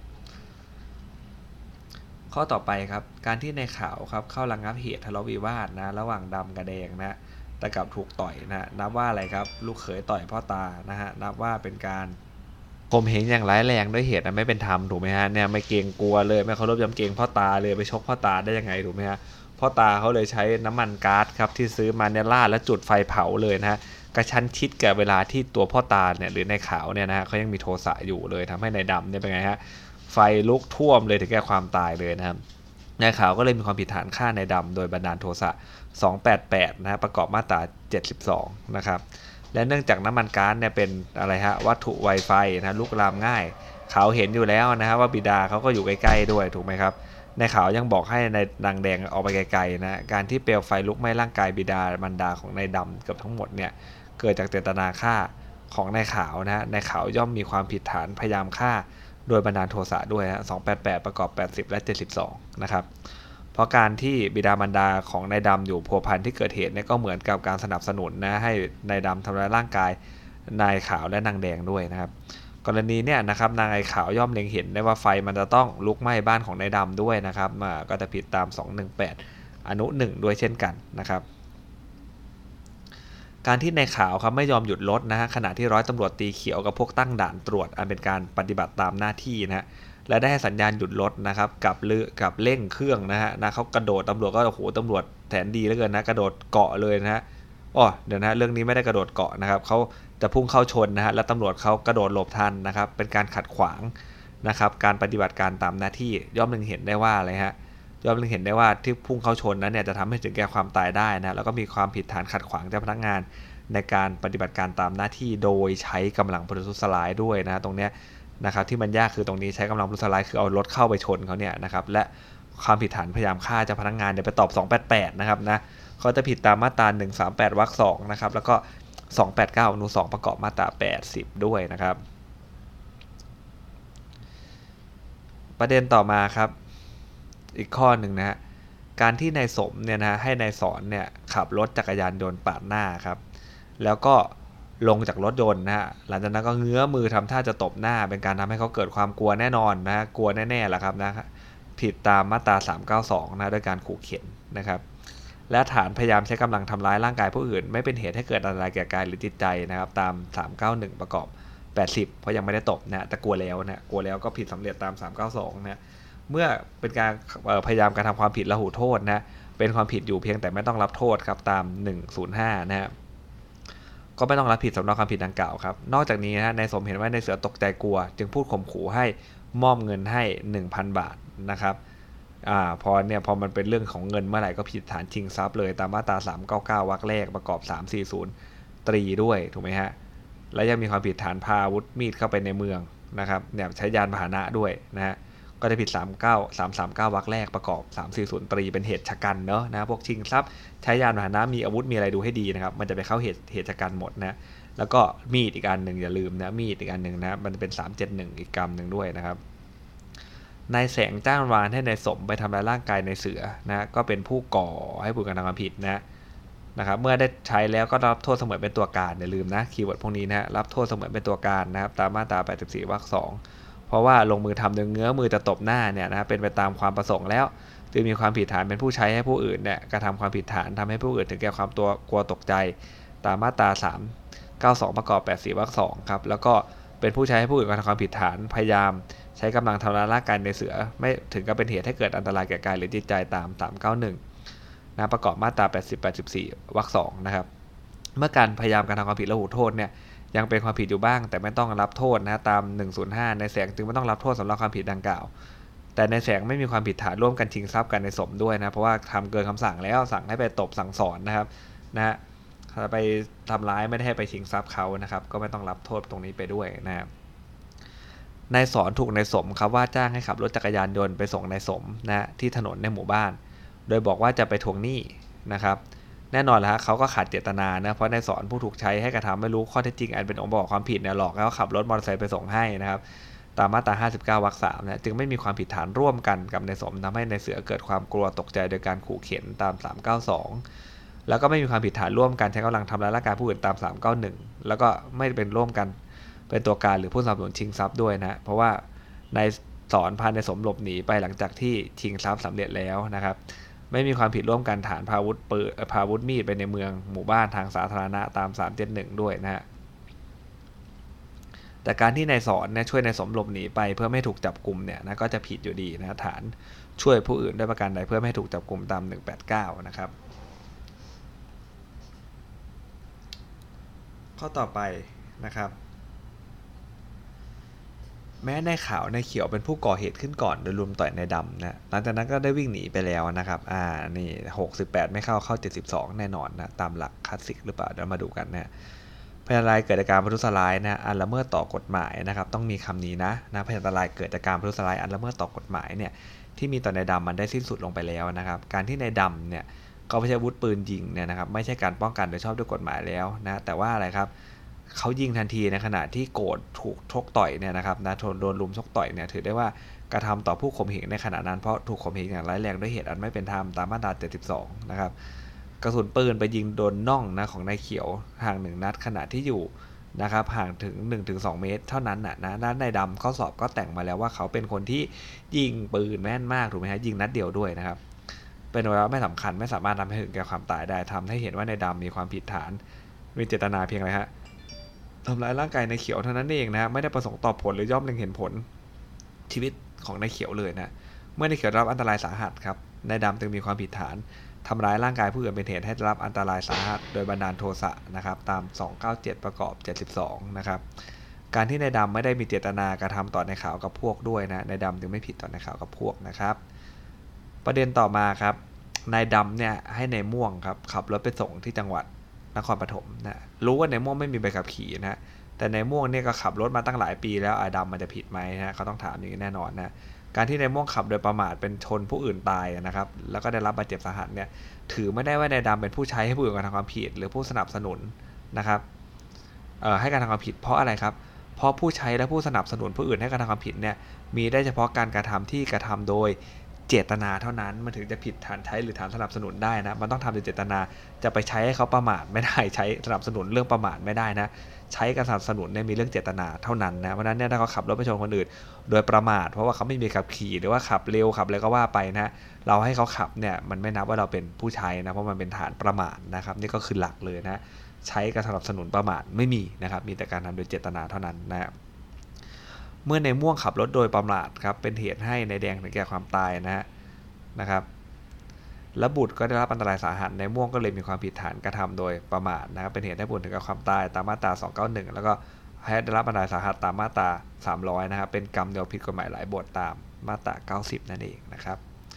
ข้อต่อไปครับการที่ในข่าวครับเข้าระงับเหตุทะเลาะวิวาทนะระหว่างดำกับแดงนะแต่กลับถูกต่อยนะนับว่าอะไรครับลูกเขยต่อยพ่อตานะฮะนับว่าเป็นการข่มเหงอย่างร้ายแรงด้วยเหตุอันไม่เป็นธรรมถูกไหมฮะเนี่ยไม่เกรงกลัวเลยไม่เคารพยำเกรงพ่อตาเลยไปชกพ่อตาได้ยังไงถูกไหมฮะพ่อตาเขาเลยใช้น้ำมันก๊าซครับที่ซื้อมาเนี่ยราดแล้วจุดไฟเผาเลยนะฮะกระชั้นชิดกับเวลาที่ตัวพ่อตาเนี่ยหรือในขาวเนี่ยนะฮะเขายังมีโทสะอยู่เลยทำให้ในดำเนี่ยเป็นไงฮะไฟลุกท่วมเลยถึงแก่ความตายเลยนะครับนายขาวก็เลยมีความผิดฐานฆ่านายดำโดยบันดาลโทสะสองร้อยแปดสิบแปดนะฮะประกอบมาตราเจ็ดสิบสองนะครับและเนื่องจากน้ำมันก๊าซเนี่ยเป็นอะไรฮะวัตถุไวไฟนะลุกลามง่ายเขาเห็นอยู่แล้วนะฮะว่าบิดาเขาก็อยู่ใกล้ๆด้วยถูกไหมครับในข่าวยังบอกให้ในดังแดงออกไปไกลๆนะการที่เปลวไฟลุกไหม้ร่างกายบิดามารดาของนายดำเกือบทั้งหมดเนี่ยเกิดจากเจตนาฆ่าของนายขาวนะนายขาวย่อมมีความผิดฐานพยายามฆ่าโดยบันดาลโทสะด้วยนะสองแปดแปดประกอบแปดสิบและเจ็ดสิบสองนะครับเพราะการที่บิดามารดาของนายดำอยู่พัวพันที่เกิดเหตุเนี่ยก็เหมือนกับการสนับสนุนนะให้นายดำทำร้ายร่างกายนายขาวและนางแดงด้วยนะครับกรณีเนี่ยนะครับนายขาวย่อมเล็งเห็นได้ว่าไฟมันจะต้องลุกไหม้บ้านของนายดำด้วยนะครับมาก็จะผิดตามสองหนึ่งแปดอนุหนึ่งด้วยเช่นกันนะครับการที่นายขาวครับไม่ยอมหยุดรถนะฮะขณะที่ร้อยตำรวจตีเขียวกับพวกตั้งด่านตรวจอันเป็นการปฏิบัติตามหน้าที่นะฮะและได้ให้สัญญาณหยุดรถนะครับกับเรือกับเร่งเครื่องนะฮะนะเขากระโดดตำรวจก็โอ้โหตำรวจแถนดีเหลือเกินนะกระโดดเกาะเลยนะฮะอ๋อเดี๋ยวนะเรื่องนี้ไม่ได้กระโดดเกาะนะครับเขาจะพุ่งเข้าชนนะฮะแล้วตำรวจเขากระโดดหลบทันนะครับเป็นการขัดขวางนะครับการปฏิบัติการตามหน้าที่ย่อมเล็งเห็นได้ว่าอะไรฮะย่อมเล็งเห็นได้ว่าที่พุ่งเข้าชนนั้นเนี่ยจะทำให้ถึงแก่ความตายได้นะแล้วก็มีความผิดฐานขัดขวางเจ้าพนักงานในการปฏิบัติการตามหน้าที่โดยใช้กำลังประทุษร้ายด้วยนะตรงเนี้ยนะครับที่มันยากคือตรงนี้ใช้กำลังประทุษร้ายคือเอารถเข้าไปชนเขาเนี่ยนะครับและความผิดฐานพยายามฆ่าเจ้าพนักงานเนี่ยไปตอบสองแปดแปดนะครับนะเขาจะผิดตามมาตราหนึ่งสามแปดวรรคสองนะครับแล้วก็สองแปดเก้าอนุสองประกอบมาตราแปดสิบด้วยนะครับประเด็นต่อมาครับอีกข้อหนึ่งนะฮะการที่นายสมเนี่ยนะให้นายสอนเนี่ยขับรถจักรยานยนต์ปาดหน้าครับแล้วก็ลงจากรถยนต์นะฮะหลังจากนั้นก็เงื้อมือทำท่าจะตบหน้าเป็นการทำให้เขาเกิดความกลัวแน่นอนนะกลัวแน่ๆแหละครับนะผิดตามมาตราสามเก้าสองนะด้วยการขู่เข็นนะครับและฐานพยายามใช้กำลังทำร้ายร่างกายผู้อื่นไม่เป็นเหตุให้เกิดอันตรายแก่กายหรือจิตใจนะครับตามสามเก้าหนึ่งประกอบแปดสิบเพราะยังไม่ได้ตบนะแต่กลัวแล้วนะกลัวแล้วก็ผิดสำเร็จตามสามเก้าสองนะเมื่อเป็นการพยายามการทำความผิดละหูโทษนะเป็นความผิดอยู่เพียงแต่ไม่ต้องรับโทษครับตามหนึ่งศูนย์ห้านะครับก็ไม่ต้องรับผิดสำหรับความผิดดังกล่าวครับนอกจากนี้นะนายสมเห็นว่านายเสือตกใจกลัวจึงพูดข่มขู่ให้มอบเงินให้ หนึ่งพัน บาทนะครับอ่าพอเนี่ยพอมันเป็นเรื่องของเงินเมื่อไหร่ก็ผิดฐานชิงทรัพย์เลยตามมาตราสามเก้าเก้าวรรคแรกประกอบสามสี่ศูนย์ตรีด้วยถูกไหมฮะและยังมีความผิดฐานพาอาวุธมีดเข้าไปในเมืองนะครับเนี่ยใช้ยานพาหนะด้วยนะฮะก็จะผิดสามเก้า สามสามเก้าวรรคแรกประกอบสามสี่ศูนย์ตรีเป็นเหตุฉกันเนาะนะพวกชิงทรัพย์ใช้ยานพาหนะมีอาวุธมีอะไรดูให้ดีนะครับมันจะไปเข้าเหตุเหตุฉกันหมดนะแล้วก็มีดอีกอันหนึ่งอย่าลืมนะมีดอีกอันหนึ่งนะมันเป็นสามเจ็ดหนึ่งอีกกรรมหนึ่งด้วยนะครับนายแสงจ้างวานให้นายสมไปทำร้ายร่างกายนายเสือนะก็เป็นผู้ก่อให้ผู้กระทำความผิดนะนะครับเมื่อได้ใช้แล้วก็รับโทษเสมือนเป็นตัวการอย่าลืมนะคีย์เวิร์ดพวกนี้นะรับโทษเสมือนเป็นตัวการนะครับตามมาตราแปดสิบสี่วรรคสองเพราะว่าลงมือทำโดยเงื้อมือจะตบหน้าเนี่ยนะเป็นไปตามความประสงค์แล้วจึงมีความผิดฐานเป็นผู้ใช้ให้ผู้อื่นเนี่ยกระทำความผิดฐานทำให้ผู้อื่นถึงแก่ความตัวกลัวตกใจตามมาตราสามเก้าสองประกอบแปดสี่วรรคสองครับแล้วก็เป็นผู้ใช้ให้ผู้อื่นกระทำความผิดฐานพยายามใช้กำลังทำร้ายร่างกายในเสือไม่ถึงกับเป็นเหตุให้เกิดอันตรายแก่กายหรือจิตใจตามสามเก้าหนึ่งนะประกอบมาตราแปดสิบ แปดสิบสี่วรรคสองนะครับเมื่อการพยายามการทำความผิดละหูโทษเนี่ยยังเป็นความผิดอยู่บ้างแต่ไม่ต้องรับโทษนะตามหนึ่งศูนย์ห้าในแสงจึงไม่ต้องรับโทษสำหรับความผิดดังกล่าวแต่ในแสงไม่มีความผิดฐานร่วมกันชิงทรัพย์กันในสมด้วยนะเพราะว่าทำเกินคำสั่งแล้วสั่งให้ไปตบสั่งสอนนะครับนะฮะไปทำร้ายไม่ได้ให้ไปชิงทรัพย์เขานะครับก็ไม่ต้องรับโทษตรงนี้ไปด้วยนะครับนายสอนถูกนายสมครับว่าจ้างให้ขับรถจักรยานยนต์ไปส่งนายสมนะที่ถนนในหมู่บ้านโดยบอกว่าจะไปทวงหนี้นะครับแน่นอนแล้วเขาก็ขาดเจตนานะเพราะนายสอนผู้ถูกใช้ให้กระทำไม่รู้ข้อเท็จจริงอันเป็นองค์ประกอบความผิดเนี่ยหลอกแล้วขับรถมอเตอร์ไซค์ไปส่งให้นะครับตามมาตราห้าสิบเก้าวรรคสามนะจึงไม่มีความผิดฐานร่วมกันกับนายสมทำให้นายเสือเกิดความกลัวตกใจโดยการขู่เข็นตามสามเก้าสองแล้วก็ไม่มีความผิดฐานร่วมกันใช้กำลังทำร้ายร่างกายผู้อื่นตามสามเก้าหนึ่งแล้วก็ไม่เป็นร่วมกันเป็นตัวการหรือผู้สนับสนุนชิงทรัพย์ด้วยนะเพราะว่านายสอนพานายสมหลบหนีไปหลังจากที่ชิงทรัพย์สำเร็จแล้วนะครับไม่มีความผิดร่วมกันฐานพาวุธปืนพาวุธมีดไปในเมืองหมู่บ้านทางสาธารณะตามสามเจ็ดหนึ่งด้วยนะฮะแต่การที่นายสอนเนี่ยช่วยนายสมหลบหนีไปเพื่อไม่ถูกจับกลุ่มเนี่ยนะก็จะผิดอยู่ดีนะฐานช่วยผู้อื่นด้วยประการใดเพื่อไม่ถูกจับกลุ่มตามหนึ่งแปดเก้านะครับข้อต่อไปนะครับแม้ในข่าวนายเขียวเป็นผู้ก่อเหตุขึ้นก่อนโดยลุมต่อยนายดำนะหลังจากนั้นก็ได้วิ่งหนีไปแล้วนะครับอ่านี่หกสิบแปดไม่เข้าเข้าเจ็ดสิบสองแน่นอนนะตามหลักคลาสสิกหรือเปล่าเดี๋ยวมาดูกันนะพยานรายเกิดจากการประทุษร้ายนะอันละเมิดต่อกฎหมายนะครับต้องมีคำนี้นะนะพยานรายเกิดจากการประทุษร้ายอันละเมิดต่อกฎหมายเนี่ยที่มีต่อนายดำมันได้สิ้นสุดลงไปแล้วนะครับการที่นายดำเนี่ยก็ใช้อาวุธปืนยิงเนี่ยนะครับไม่ใช่การป้องกันโดยชอบด้วยกฎหมายแล้วนะแต่ว่าอะไรครับเขายิงทันทีในขณะที่โกรธถูกชกต่อยเนี่ยนะครับนะโดนลุมชกต่อยเนี่ยถือได้ว่ากระทำต่อผู้ข่มเหงในขณะนั้นเพราะถูกข่มเหงอย่างร้ายแรงด้วยเหตุอันไม่เป็นธรรมตามมาตราเจ็ดสิบสองนะครับกระสุนปืนไปยิงโดนน่องนะของนายเขียวห่างหนึ่งนัดขณะที่อยู่นะครับห่างถึง หนึ่งถึงสอง เมตรเท่านั้นนะนะนายดำข้อสอบก็แต่งมาแล้วว่าเขาเป็นคนที่ยิงปืนแม่นมากถูกไหมฮะยิงนัดเดียวด้วยนะครับเป็นอวัยวะไม่สำคัญไม่สามารถทำให้ถึงแก่ความตายได้ทำให้เห็นว่านายดำมีความผิดฐานมีเจตนาเพียงอะไรฮะทำร้ายร่างกายนายเขียวเท่านั้นเองนะไม่ได้ประสงค์ต่อผลหรือย่อมเล็งเห็นผลชีวิตของนายเขียวเลยนะเมื่อนายเขียวรับอันตรายสาหัสครับนายดำจึงมีความผิดฐานทำร้ายร่างกายผู้อื่นเป็นเหตุให้ได้รับอันตรายสาหัสโดยบันดาลโทสะนะครับตามสองเก้าเจ็ดประกอบเจ็ดสิบสองนะครับการที่นายดำไม่ได้มีเจตนากระทำต่อนายขาวกับพวกด้วยนะนายดำจึงไม่ผิดต่อนายขาวกับพวกนะครับประเด็นต่อมาครับนายดำเนี่ยให้นายม่วงครับขับรถไปส่งที่จังหวัดนครปฐมนะรู้ว่านายม่วงไม่มีใบขับขี่นะแต่นายม่วงเนี่ยก็ขับรถมาตั้งหลายปีแล้วอาดำมันจะผิดไหมนะเขาต้องถามอย่างนี้แน่นอนนะการที่นายม่วงขับโดยประมาทเป็นชนผู้อื่นตายนะครับแล้วก็ได้รับบาดเจ็บสาหัสเนี่ยถือไม่ได้ว่านายดำเป็นผู้ใช้ให้ผู้อื่นกระทำความผิดหรือผู้สนับสนุนนะครับเอ่อให้การทำความผิดเพราะอะไรครับเพราะผู้ใช้และผู้สนับสนุนผู้อื่นให้การทำความผิดเนี่ยมีได้เฉพาะการกระทำที่กระทำโดยเจตนาเท่านั้นมันถึงจะผิดฐานใช้หรือฐานสนับสนุนได้นะมันต้องทำโดยเจตนาจะไปใช้ให้เขาประมาทไม่ได้ใช้สนับสนุนเรื่องประมาทไม่ได้นะใช้การสนับสนุนเนี่ยมีเรื่องเจตนาเท่านั้นนะเพราะนั้นเนี่ยถ้าเขาขับรถไปชนคนอื่นโดยประมาทเพราะว่าเขาไม่มีขับขี่หรือว่าขับเร็วขับอะไรก็ว่าไปนะเราให้เขาขับเนี่ยมันไม่นับว่าเราเป็นผู้ใช้นะเพราะมันเป็นฐานประมาทนะครับนี่ก็คือหลักเลยนะใช้การสนับสนุนประมาทไม่มีนะครับมีแต่การทำโดยเจตนาเท่านั้นนะเมื่อในม่วงขับรถโดยประมาทครับเป็นเหตุให้ในแดงถึงแก่ความตายนะนะครับและบุตรก็ได้รับอันตรายสาหัสในม่วงก็เลยมีความผิดฐานกระทำโดยประมาทนะครับเป็นเหตุให้บุตรถึงแก่ความตายตามมาตราสองเก้าหนึ่งแล้วก็ให้ได้รับอันตรายสาหัสตามมาตราสามร้อยนะครับเป็นกรรมเดียวผิดกฎหมายหลายบทตามมาตราเก้าสิบนั่นเองนะครับ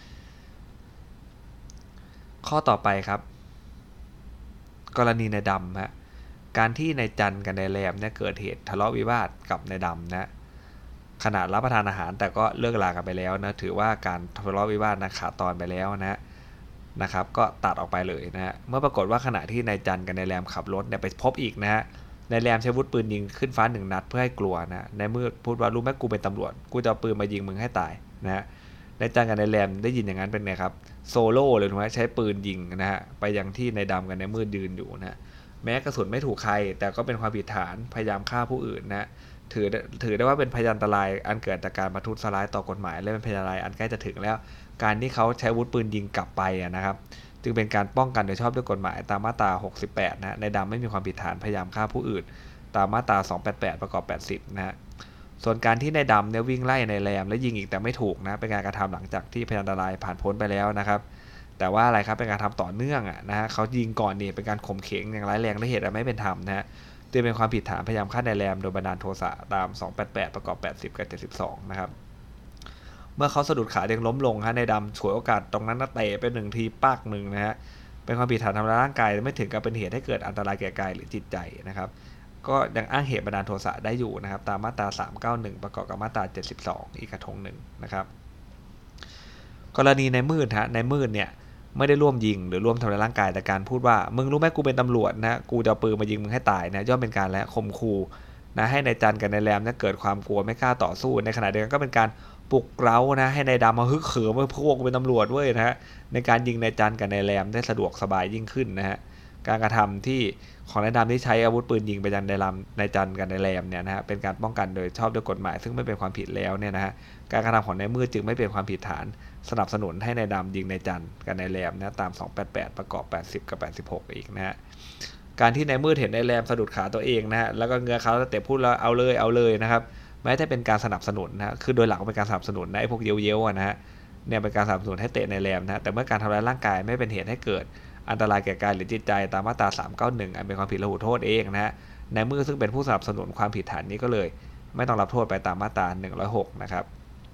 ข้อต่อไปครับกรณีนายดำฮะการที่นายจันกับนายแรมเนี่ยเกิดเหตุทะเลาะวิวาทกับนายดำนะขณะรับประทานอาหารแต่ก็เลิกลากันไปแล้วนะถือว่าการทะเลาะวิวาทนะขาดตอนไปแล้วนะนะครับก็ตัดออกไปเลยนะฮะเมื่อปรากฏว่าขณะที่นายจันกับนายแรมขับรถเนี่ยไปพบอีกนะฮะนายแรมใช้วุธปืนยิงขึ้นฟ้าหนึ่งนัดเพื่อให้กลัวนะนายมืดพูดว่ารู้ไหมกูเป็นตำรวจกูจะเอาปืนมายิงมึงให้ตายนะฮะนายจันกับนายแรมได้ยินอย่างนั้นเป็นไงครับโซโล่เลยถูกไหมใช้ปืนยิงนะฮะไปยังที่นายดำกับนายมืดยืนอยู่นะแม้กระสุนไม่ถูกใครแต่ก็เป็นความผิดฐานพยายามฆ่าผู้อื่นนะถือถือได้ว่าเป็นพยานอันตรายอันเกิดจากการประทุษร้ายต่อกฎหมายและเป็นพยานอันตรายอันใกล้จะถึงแล้วการที่เขาใช้อาวุธปืนยิงกลับไปนะครับจึงเป็นการป้องกันโดยชอบด้วยกฎหมายตามมาตราหกสิบแปดนะในดำไม่มีความผิดฐานพยายามฆ่าผู้อื่นตามมาตราสองแปดแปดประกอบแปดสิบนะฮะส่วนการที่ในดำเนี่ยวิ่งไล่ในแรมและยิงอีกแต่ไม่ถูกนะเป็นการกระทำหลังจากที่พยานอันตรายผ่านพ้นไปแล้วนะครับแต่ว่าอะไรครับเป็นการทำต่อเนื่องอ่ะนะฮะเขายิงก่อนนี่เป็นการข่มเข่งอย่างร้ายแรงและเหตุอันไม่เป็นธรรมนะฮะจึงเป็นความผิดฐานพยายามฆ่าในแรมโดยบันดาลโทสะตามสองแปดแปดประกอบแปดสิบกับเจ็ดสิบสองนะครับเมื่อเขาสะดุดขาเด็กล้มลงฮะในดำฉวยโอกาสตรงนั้นนะเตะไปหนึ่งทีปักหนึ่งนะฮะเป็นความผิดฐานทำร้ายร่างกายไม่ถึงกับเป็นเหตุให้เกิดอันตรายแก่กายหรือจิตใจนะครับก็ยังอ้างเหตุบันดาลโทสะได้อยู่นะครับตามมาตราสามเก้าหนึ่งประกอบกับมาตราเจ็ดสิบสองอีกกระทงหนึ่งนะครับกรณีในมืดฮะในมืดเนี่ยไม่ได้ร่วมยิงหรือร่วมทำร้ายร่างกายแต่การพูดว่ามึงรู้ไหมกูเป็นตำรวจนะกูจะเอาปืนมายิงมึงให้ตายนะย่อมเป็นการและข่มขู่นะให้ในจันกับในแรมเนี่ยเกิดความกลัวไม่กล้าต่อสู้ในขณะเดียวกันก็เป็นการปลุกเร้านะให้ในดำมาฮึกเหิมว่าพวกกูเป็นตำรวจเว้ยนะฮะในการยิงในจันกับในแรมได้สะดวกสบายยิ่งขึ้นนะฮะการกระทำที่ของนายดำที่ใช้อาวุธปืนยิงไปยังในลำในจันกับในแรมเนี่ยนะฮะเป็นการป้องกันโดยชอบด้วยกฎหมายซึ่งไม่เป็นความผิดแล้วเนี่ยนะฮะการกระทำของนายมืดจึงไม่เป็นความผิดฐานสนับสนุนให้นายดำยิงในจันกับในแรมนะตามสองแปดแปดประกอบแปดสิบกับแปดสิบหกอีกนะฮะการที่นายมืดเห็นนายแรมสะดุดขาตัวเองนะฮะแล้วก็เงื้อเขาแต่พูดแล้วเอาเลยเอาเลยนะครับแม้จะเป็นการสนับสนุนนะคือโดยหลักเป็นการสนับสนุนนะไอ้พวกเย้ยวๆนะฮะเนี่ยเป็นการสนับสนุนให้เตะในแรมนะแต่เมื่อการทำร้ายร่างกายไม่เป็นเหตุให้เกิดอันตรายแก่กายหรือจิตใจตามมาตราสามเก้าหนึ่งอันเป็นความผิดละหุโทษเองนะฮะในมือซึ่งเป็นผู้สนับสนุนความผิดฐานนี้ก็เลยไม่ต้องรับโทษไปตามมาตราหนึ่งร้อยหกนะครับ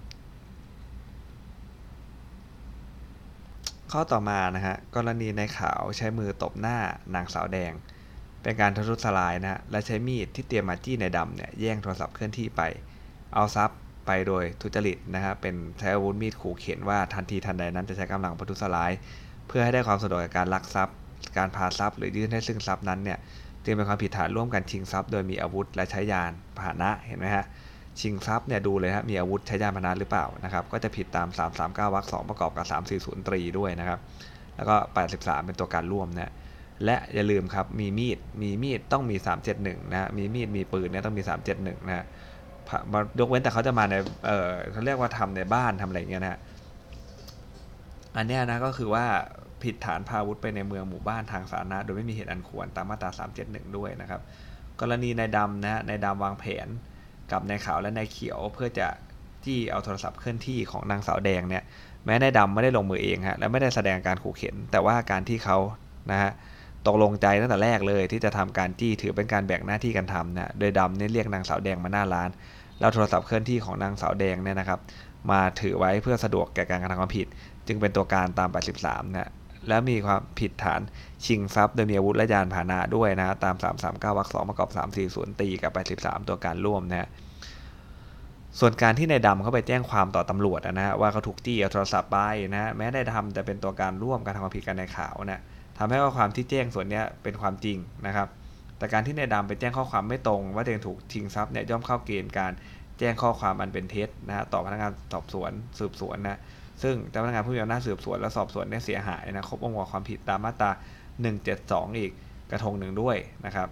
ข้อต่อมานะฮะกรณีนายขาวใช้มือตบหน้านางสาวแดงเป็นการทุจร้ายนะฮะและใช้มีดที่เตรียมมาจี้นายดำเนี่ยแย่งโทรศัพท์เคลื่อนที่ไปเอาทรัพย์ไปโดยทุจริตนะฮะเป็นใช้อาวุธมีดขู่เข็นว่าทันทีทันใดนั้นจะใช้กำลังประทุษร้ายเพื่อให้ได้ความสะดวกในการลักทรัพย์การพาทรัพย์หรือยื่นให้ซึ่งทรัพย์นั้นเนี่ยจึจึงเป็นความผิดฐานร่วมกันชิงทรัพย์โดยมีอาวุธและใช้ยานพาหนะเห็นไหมฮะชิงทรัพย์เนี่ยดูเลยฮะมีอาวุธใช้ยานพาหนะหรือเปล่านะครับก็จะผิดตามสามสามเก้าวรรคสองประกอบกับสามสี่ศูนย์ตรีด้วยนะครับแล้วก็แปดสิบสามเป็นตัวการร่วมนะและอย่าลืมครับมีมีดมีมีดต้องมีสามเจ็ดหนึ่งนะมีมีดมีปืนเนี่ยต้องมีสามเจ็ดหนึ่งนะยกเว้นแต่เขาจะมาในเออเขาเรียกว่าทำในบ้านทำอะไรเงี้ยนะอันนี้นะก็คือว่าผิดฐานพาอาวุธไปในเมืองหมู่บ้านทางสาธารณะโดยไม่มีเหตุอันควรตามมาตราสามเจ็ดหนึ่งด้วยนะครับกรณีนายดำนะนายดำวางแผนกับนายขาวและนายเขียวเพื่อจะจี้เอาโทรศัพท์เคลื่อนที่ของนางสาวแดงเนี่ยแม้นายดำไม่ได้ลงมือเองฮะและไม่ได้แสดงการขู่เข็นแต่ว่าการที่เขานะฮะตกลงใจตั้งแต่แรกเลยที่จะทำการจี้ถือเป็นการแบ่งหน้าที่กันทำนะโดยดำเนี่ยเรียกนางสาวแดงมาหน้าร้านแล้วโทรศัพท์เคลื่อนที่ของนางสาวแดงเนี่ยนะครับมาถือไว้เพื่อสะดวกแก่การกระทำความผิดจึงเป็นตัวการตามแปดสิบสามนะแล้วมีความผิดฐานชิงทรัพย์โดยมีอาวุธและยานพาหนะด้วยนะตามสามสามเก้าวรรคสองประกอบสามสี่ศูนย์ตีกับแปดสิบสามตัวการร่วมนะส่วนการที่นายดำเขาไปแจ้งความต่อตำรวจนะฮะว่าเขาถูกจี้เอาโทรศัพท์ไปนะแม้นายดำจะเป็นตัวการร่วมการทำความผิดกันในข่าวนะทำให้ว่าความที่แจ้งส่วนนี้เป็นความจริงนะครับแต่การที่นายดำไปแจ้งข้อความไม่ตรงว่าตัวเองถูกชิงทรัพย์เนี่ยย่อมเข้าเกณฑ์การแจ้งข้อความอันเป็นเท็จนะฮะต่อพนักงานสอบสวนสืบสวนนะซึ่งเจ้าพนักงานผู้มีอำนาจสืบสวนและสอบสวนเนี่ยเสียหายนะครบองค์ประกอบความผิดตามมาตราหนึ่งเจ็ดสองอีกกระทงหนึ่งด้วยนะครับ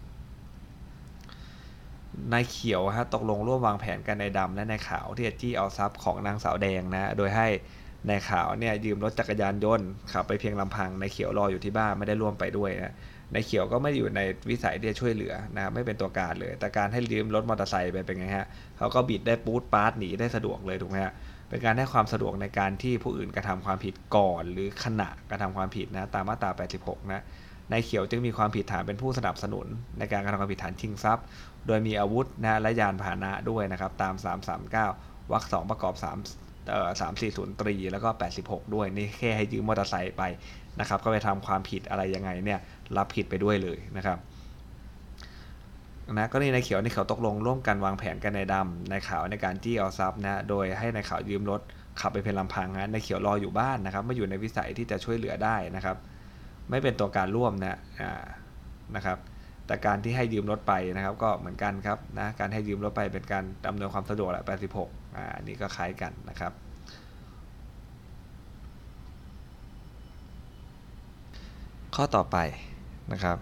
นายเขียวฮะตกลงร่วมวางแผนกันนายดำและนายขาวที่จะจี้เอาทรัพย์ของนางสาวแดงนะโดยให้นายขาวเนี่ยยืมรถจักรยานยนต์ขับไปเพียงลำพังนายเขียวรออยู่ที่บ้านไม่ได้ร่วมไปด้วยนะนายเขียวก็ไม่อยู่ในวิสัยที่จะช่วยเหลือนะไม่เป็นตัวการเลยแต่การให้ยืมรถมอเตอร์ไซค์ไปเป็นไงฮะเขาก็บิดได้ปู๊ดปาร์ตหนีได้สะดวกเลยถูกไหมฮะเป็นการให้ความสะดวกในการที่ผู้อื่นกระทำความผิดก่อนหรือขณะกระทำความผิดนะตามมาตราแปดสิบหกนะนายเขียวจึงมีความผิดฐานเป็นผู้สนับสนุนในการกระทำความผิดฐานชิงทรัพย์โดยมีอาวุธนะและยานพาหนะด้วยนะครับตามสามสามเก้าวรรคสองประกอบสามเอ่อสามสี่ศูนย์ตรีแล้วก็แปดสิบหกด้วยนี่แค่ให้ยืมมอเตอร์ไซค์ไปนะครับก็ไปทำความผิดอะไรยังไงเนี่ยรับผิดไปด้วยเลยนะครับนะก็นี่นายเขียวนี่เขาตกลงร่วมกันวางแผนกันนายดำนายขาวในการจี้เอาทรัพย์นะโดยให้นายขาวยืมรถขับไปเพียงลำพังนะนายเขียวรออยู่บ้านนะครับไม่อยู่ในวิสัยที่จะช่วยเหลือได้นะครับไม่เป็นตัวการร่วมนะอ่านะครับแต่การที่ให้ยืมรถไปนะครับก็เหมือนกันครับนะการให้ยืมรถไปเป็นการอำนวยความสะดวกแหละแปดสิบหกอ่าอันนี้ก็คล้ายกันนะครับข้อต่อไปนะครับ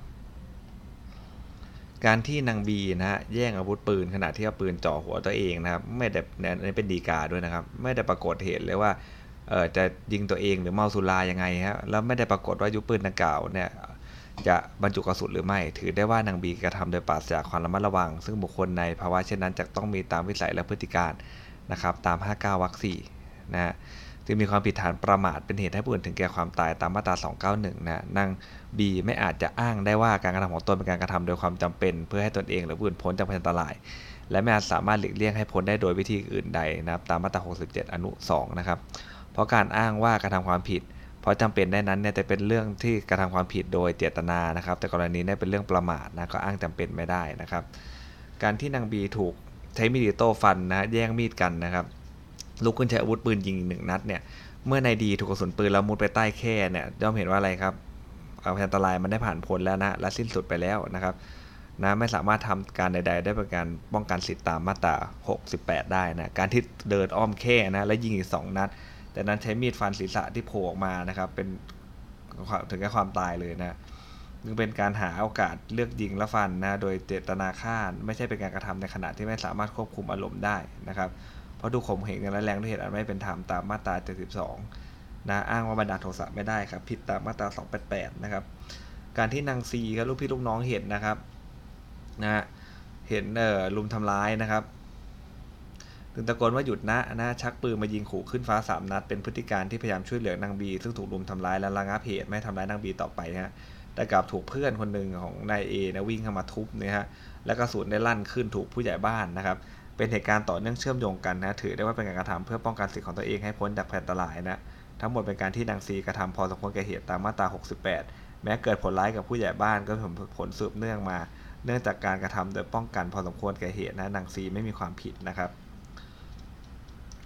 การที่นางบีนะฮะแย่งอาวุธปืนขณะที่เอาปืนจ่อหัวตัวเองนะครับไม่ได้นี่เป็นดีกาด้วยนะครับไม่ได้ปรากฏเหตุเลยว่าเออจะยิงตัวเองหรือเมาสุรายังไงฮะแล้วไม่ได้ปรากฏว่าอาวุธปืนดังกล่าวเนี่ยจะบรรจุกระสุนหรือไม่ถือได้ว่านางบีกระทำโดยปราศจากความระมัดระวังซึ่งบุคคลในภาวะเช่นนั้นจะต้องมีตามวิสัยและพฤติการนะครับตามห้าสิบเก้าวรรคสี่นะฮะจึงมีความผิดฐานประมาทเป็นเหตุให้ผู้อื่นถึงแก่ความตายตามมาตราสองเก้าหนึ่งนะนางบีไม่อาจจะอ้างได้ว่าการกระทำของตนเป็นการกระทำโดยความจำเป็นเพื่อให้ตนเองหรือผู้อื่นพ้นจากภัยอันตรายและไม่อาจสามารถหลีกเลี่ยงให้พ้นได้โดยวิธีอื่นใดนะครับตามมาตราหกสิบเจ็ดอนุสองนะครับเพราะการอ้างว่ากระทำความผิดเพราะจำเป็นได้นั้นเนี่ยจะเป็นเรื่องที่กระทำความผิดโดยเจตนานะครับแต่กรณีนี้เป็นเรื่องประมาทนะก็อ้างจำเป็นไม่ได้นะครับการที่นางบีถูกใช้มีดอิโต้ฟันนะแย่งมีดกันนะครับลุกขึ้นใช้อาวุธปืนยิงหนึ่งนัดเนี่ยเมื่อนายดีถูกกระสุนปืนแล้วมุดไปใต้แคร่เนี่ยย่อมเห็นว่าอะไรครับความอันตรายมันได้ผ่านพ้นแล้วนะและสิ้นสุดไปแล้วนะครับนะไม่สามารถทำการใดๆได้เป็นการป้องกันสิทธิตามมาตราหกสิบแปดได้นะการที่เดินอ้อมแคร่นะและยิงอีกสองนัดแต่นั้นใช้มีดฟันศีรษะที่โผล่ออกมานะครับเป็นถึงแก่ความตายเลยนะจึงเป็นการหาโอกาสเลือกยิงและฟันนะโดยเจตนาฆ่าไม่ใช่เป็นการกระทำในขณะที่ไม่สามารถควบคุมอารมณ์ได้นะครับเพราะถูกข่มเหงอย่างร้ายแรงด้วยเหตุอันไม่เป็นธรรมตามมาตราเจ็ดสิบสองนะอ้างว่าบันดาลโทสะไม่ได้ครับผิดตามมาตราสองแปดแปดนะครับการที่นางซีกับลูกพี่ลูกน้องเห็นนะครับนะเห็นเอ่อลุมทำร้ายนะครับถึงตะโกนว่าหยุดนะนะชักปืนมายิงขู่ขึ้นฟ้าสามนัดเป็นพฤติการที่พยายามช่วยเหลือนางบีซึ่งถูกลุมทำร้ายและระงับเหตุไม่ทำร้ายนางบีต่อไปฮะแต่กลับถูกเพื่อนคนหนึ่งของนายเอนะวิ่งเข้ามาทุบเนี่ยฮะและกระสุนได้ลั่นขึ้นถูกผู้ใหญ่บ้านนะครับเป็นเหตุการณ์ต่อเนื่องเชื่อมโยงกันนะถือได้ว่าเป็นการกระทำเพื่อป้องกันสิทธิของตัวเองให้พ้นจากภัยอันตรายนะทั้งหมดเป็นการที่นางซีกระทำพอสมควรแก่เหตุตามมาตราหกสิบแปดแม้เกิดผลร้ายกับผู้ใหญ่บ้านก็ผลผลสืบเนื่องมาเนื่องจากการกระทำโดยป้องกันพอสมควรแก่เหตุนะนางซีไม่มีความผิดนะครับ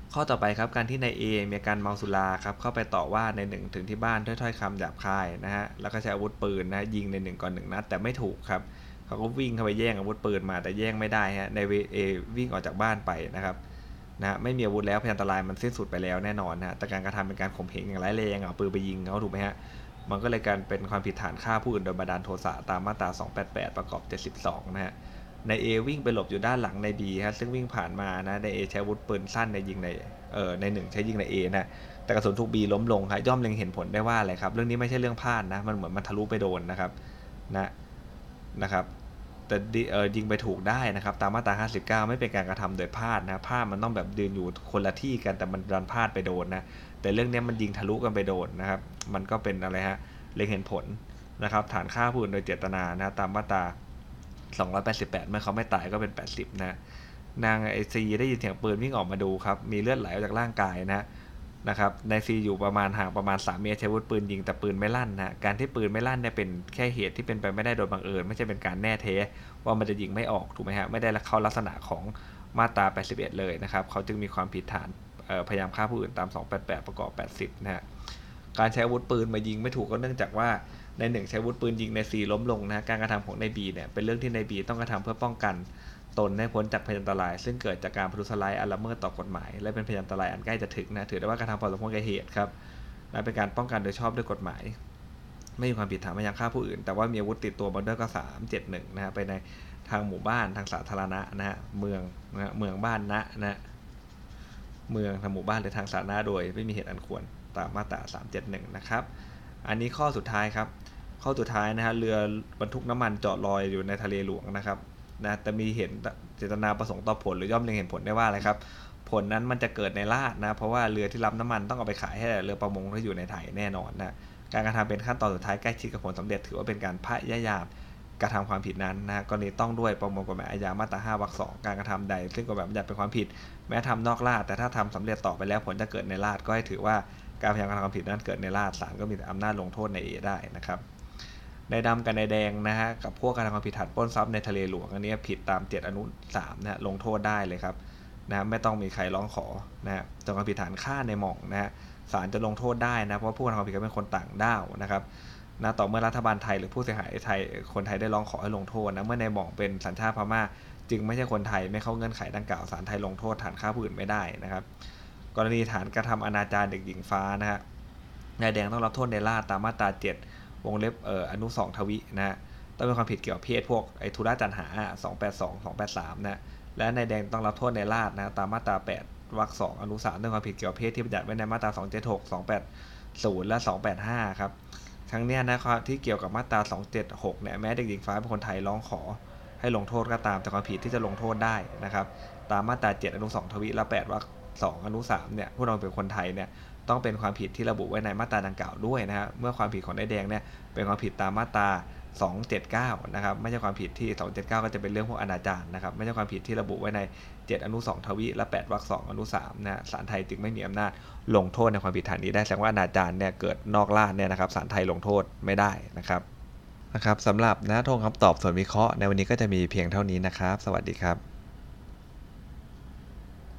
ข้อต่อไปครับการที่นาย A มีอาการเมาสุราครับเข้าไปต่อว่านายหนึ่งถึงที่บ้านด้วยถ้อยคำหยาบคายนะฮะแล้วก็ใช้อาวุธปืนนะยิงนายหนึ่งก่อนหนึ่งนัดแต่ไม่ถูกครับเขาก็วิ่งเข้าไปแย่งอาวุธปืนมาแต่แย่งไม่ได้ฮะนาย A วิ่งออกจากบ้านไปนะครับนะไม่มีอาวุธแล้วพยานอันตรายมันสิ้นสุดไปแล้วแน่นอนนะแต่การกระทำเป็นการข่มเหงอย่างร้ายแรงเอาปืนไปยิงเขาถูกไหมฮะมันก็เลยการเป็นความผิดฐานฆ่าผู้อื่นโดยบันดาลโทสะตามมาตราสองแปดแปดประกอบเจ็ดสิบสองนะฮะนาย A วิ่งไปหลบอยู่ด้านหลังนาย B ฮะซึ่งวิ่งผ่านมานะนาย A ใช้อาวุธปืนสั้นในยิงในเอ่อในหนึ่งใช้ยิงใน A นะแต่กระสุนถูก B ล้มลงครับย่อมเล็งเห็นผลได้ว่าอะไรครับเรื่องนี้ไม่ใช่เรื่องพลาดนะมันเหมือนมันทะลุไปโดนนะครับนะนะครับแต่เอ่อยิงไปถูกได้นะครับตามมาตราห้าสิบเก้าไม่เป็นการกระทำโดยพลาดนะพลาดมันต้องแบบยืนอยู่คนละที่กันแต่มันดันพลาดไปโดนนะแต่เรื่องนี้มันยิงทะลุกันไปโดนนะครับมันก็เป็นอะไรฮะเล็งเห็นผลนะครับฐานฆ่าผู้อื่นโดยเจตนานะตามมาตราสองร้อยแปดสิบแปดเมื่อเขาไม่ตายก็เป็นแปดสิบนะนางไอซีได้ยินเสียงปืนวิ่งออกมาดูครับมีเลือดไหลออกจากร่างกายนะนะครับนายซีอยู่ประมาณห่างประมาณสามเมตรใช้อาวุธปืนยิงแต่ปืนไม่ลั่นนะการที่ปืนไม่ลั่นเนี่ยเป็นแค่เหตุที่เป็นไปไม่ได้โดยบังเอิญไม่ใช่เป็นการแน่แท้ว่ามันจะยิงไม่ออกถูกไหมฮะไม่ได้เข้าลักษณะของมาตราแปดสิบเอ็ดเลยนะครับเขาจึงมีความผิดฐานพยายามฆ่าผู้อื่นตามสองแปดแปดประกอบแปดสิบนะฮะการใช้อาวุธปืนมายิงไม่ถูกก็เนื่องจากว่าในหนึ่งใช้อาวุธปืนยิงในซีล้มลงนะการกระทำของในบีเนี่ยเป็นเรื่องที่ในบีต้องกระทำเพื่อป้องกันตนให้พ้นจากพยันตรายซึ่งเกิดจากการพลุสไลด์อันละเมิดต่อกฎหมายและเป็นพยันตรายอันใกล้จะถึงนะถือได้ว่ากระทำพอสมควรแก่เหตุครับและเป็นการป้องกันโดยชอบด้วยกฎหมายไม่มีความผิดฐานพยายามฆ่าผู้อื่นแต่ว่ามีอาวุธติดตัวมาด้วยก็สามเจ็ดหนึ่งนะฮะไปในทางหมู่บ้านทางสาธารณะนะฮะเมืองนะฮะเมืองบ้านนะนะเมืองทางหมู่บ้านหรือทางสาธารณะโดยไม่มีเหตุอันควรตามมาตราสามเจ็ดหนึ่งนะครับอันนี้ข้อสุดท้ายครับข้อสุดท้ายนะฮะเรือบรรทุกน้ำมันจอดลอยอยู่ในทะเลหลวงนะครับนะแต่มีเห็นเจตนาประสงค์ต่อผลหรือย่อมเล็งเห็นผลได้ว่าอะไรครับผลนั้นมันจะเกิดในลาดนะเพราะว่าเรือที่รับน้ำมันต้องเอาไปขายให้เรือประมงที่อยู่ในไทยแน่นอนนะการกระทำเป็นขั้นตอนสุดท้ายใกล้ชิดกับผลสำเร็จถือว่าเป็นการพยายามกระทำความผิดนั้นนะกรณีต้องด้วยประมวลกฎหมายอาญามาตราห้าวรรคสองการกระทำใดซึ่งกฎหมายบัญญัติเป็นความผิดแม้ทำนอกลาดแต่ถ้าทำสำเร็จต่อไปแล้วผลจะเกิดในลาดก็ให้ถือว่าการพยายามกระทำความผิดนั้นเกิดในลาดศาลก็มีอำนาจลงโทษในเอได้นะครับในดำกับในแดงนะฮะกับพวกการทำความผิดฐานปล้นทรัพย์ในทะเลหลวงอันนี้ผิดตามเจ็ดอนุสามนะฮะลงโทษได้เลยครับนะไม่ต้องมีใครร้องขอนะฮะจนความผิดฐานฆ่าในหม่องนะฮะศาลจะลงโทษได้นะเพราะผู้กระทำความผิดก็เป็นคนต่างด้าวนะครับนะต่อเมื่อรัฐบาลไทยหรือผู้เสียหายไทยคนไทยได้ร้องขอให้ลงโทษนะเมื่อในหม่องเป็นสัญชาติพม่าจึงไม่ใช่คนไทยไม่เข้าเงื่อนไขดังกล่าวศาลไทยลงโทษฐานฆ่าผู้อื่นไม่ได้นะครับกรณีฐานกระทำอนาจารเด็กหญิงฟ้านะฮะนายแดงต้องรับโทษในลาดตามมาตราเจ็ดวงเล็บเอ่ออนุสองทวินะฮะต้องเป็นความผิดเกี่ยวกับเพศพวกไอ้ธุระจัดหาสองแปดสอง สองแปดสามนะและนายแดงต้องรับโทษในลาดนะตามมาตราแปดวรรคสองอนุสามด้วยความผิดเกี่ยวกับเพศที่บัญญัติไว้ในมาตราสองเจ็ดหก สองแปดศูนย์และสองแปดห้าครับทั้งนี้นะครับที่เกี่ยวกับมาตราสองเจ็ดหกเนี่ยแม้เด็กหญิงฟ้าเป็นคนไทยร้องขอให้ลงโทษก็ตามแต่ความผิดที่จะลงโทษได้นะครับตามมาตราเจ็ดอนุสองทวิและแปดวรรคสองอนุสามเนี่ยผู้ต้องเป็นคนไทยเนี่ยต้องเป็นความผิดที่ระบุไว้ในมาตราดังกล่าวด้วยนะฮะเมื่อความผิดของนายแดงเนี่ยเป็นความผิดตามมาตราสองเจ็ดเก้านะครับไม่ใช่ความผิดที่สองเจ็ดเก้าก็จะเป็นเรื่องพวกอนาจารนะครับไม่ใช่ความผิดที่ระบุไว้ในเจ็ดอนุสองทวิและแปดวรรคสองอนุสามนะศาลไทยจึงไม่มีอำนาจลงโทษในความผิดฐานนี้ได้แสดงว่าอนาจารเนี่ยเกิดนอกราชเนี่ยนะครับศาลไทยลงโทษไม่ได้นะครับนะครับสำหรับนะทงคำตอบส่วนวิเคราะห์ในวันนี้ก็จะมีเพียงเท่านี้นะครับสวัสดีครับ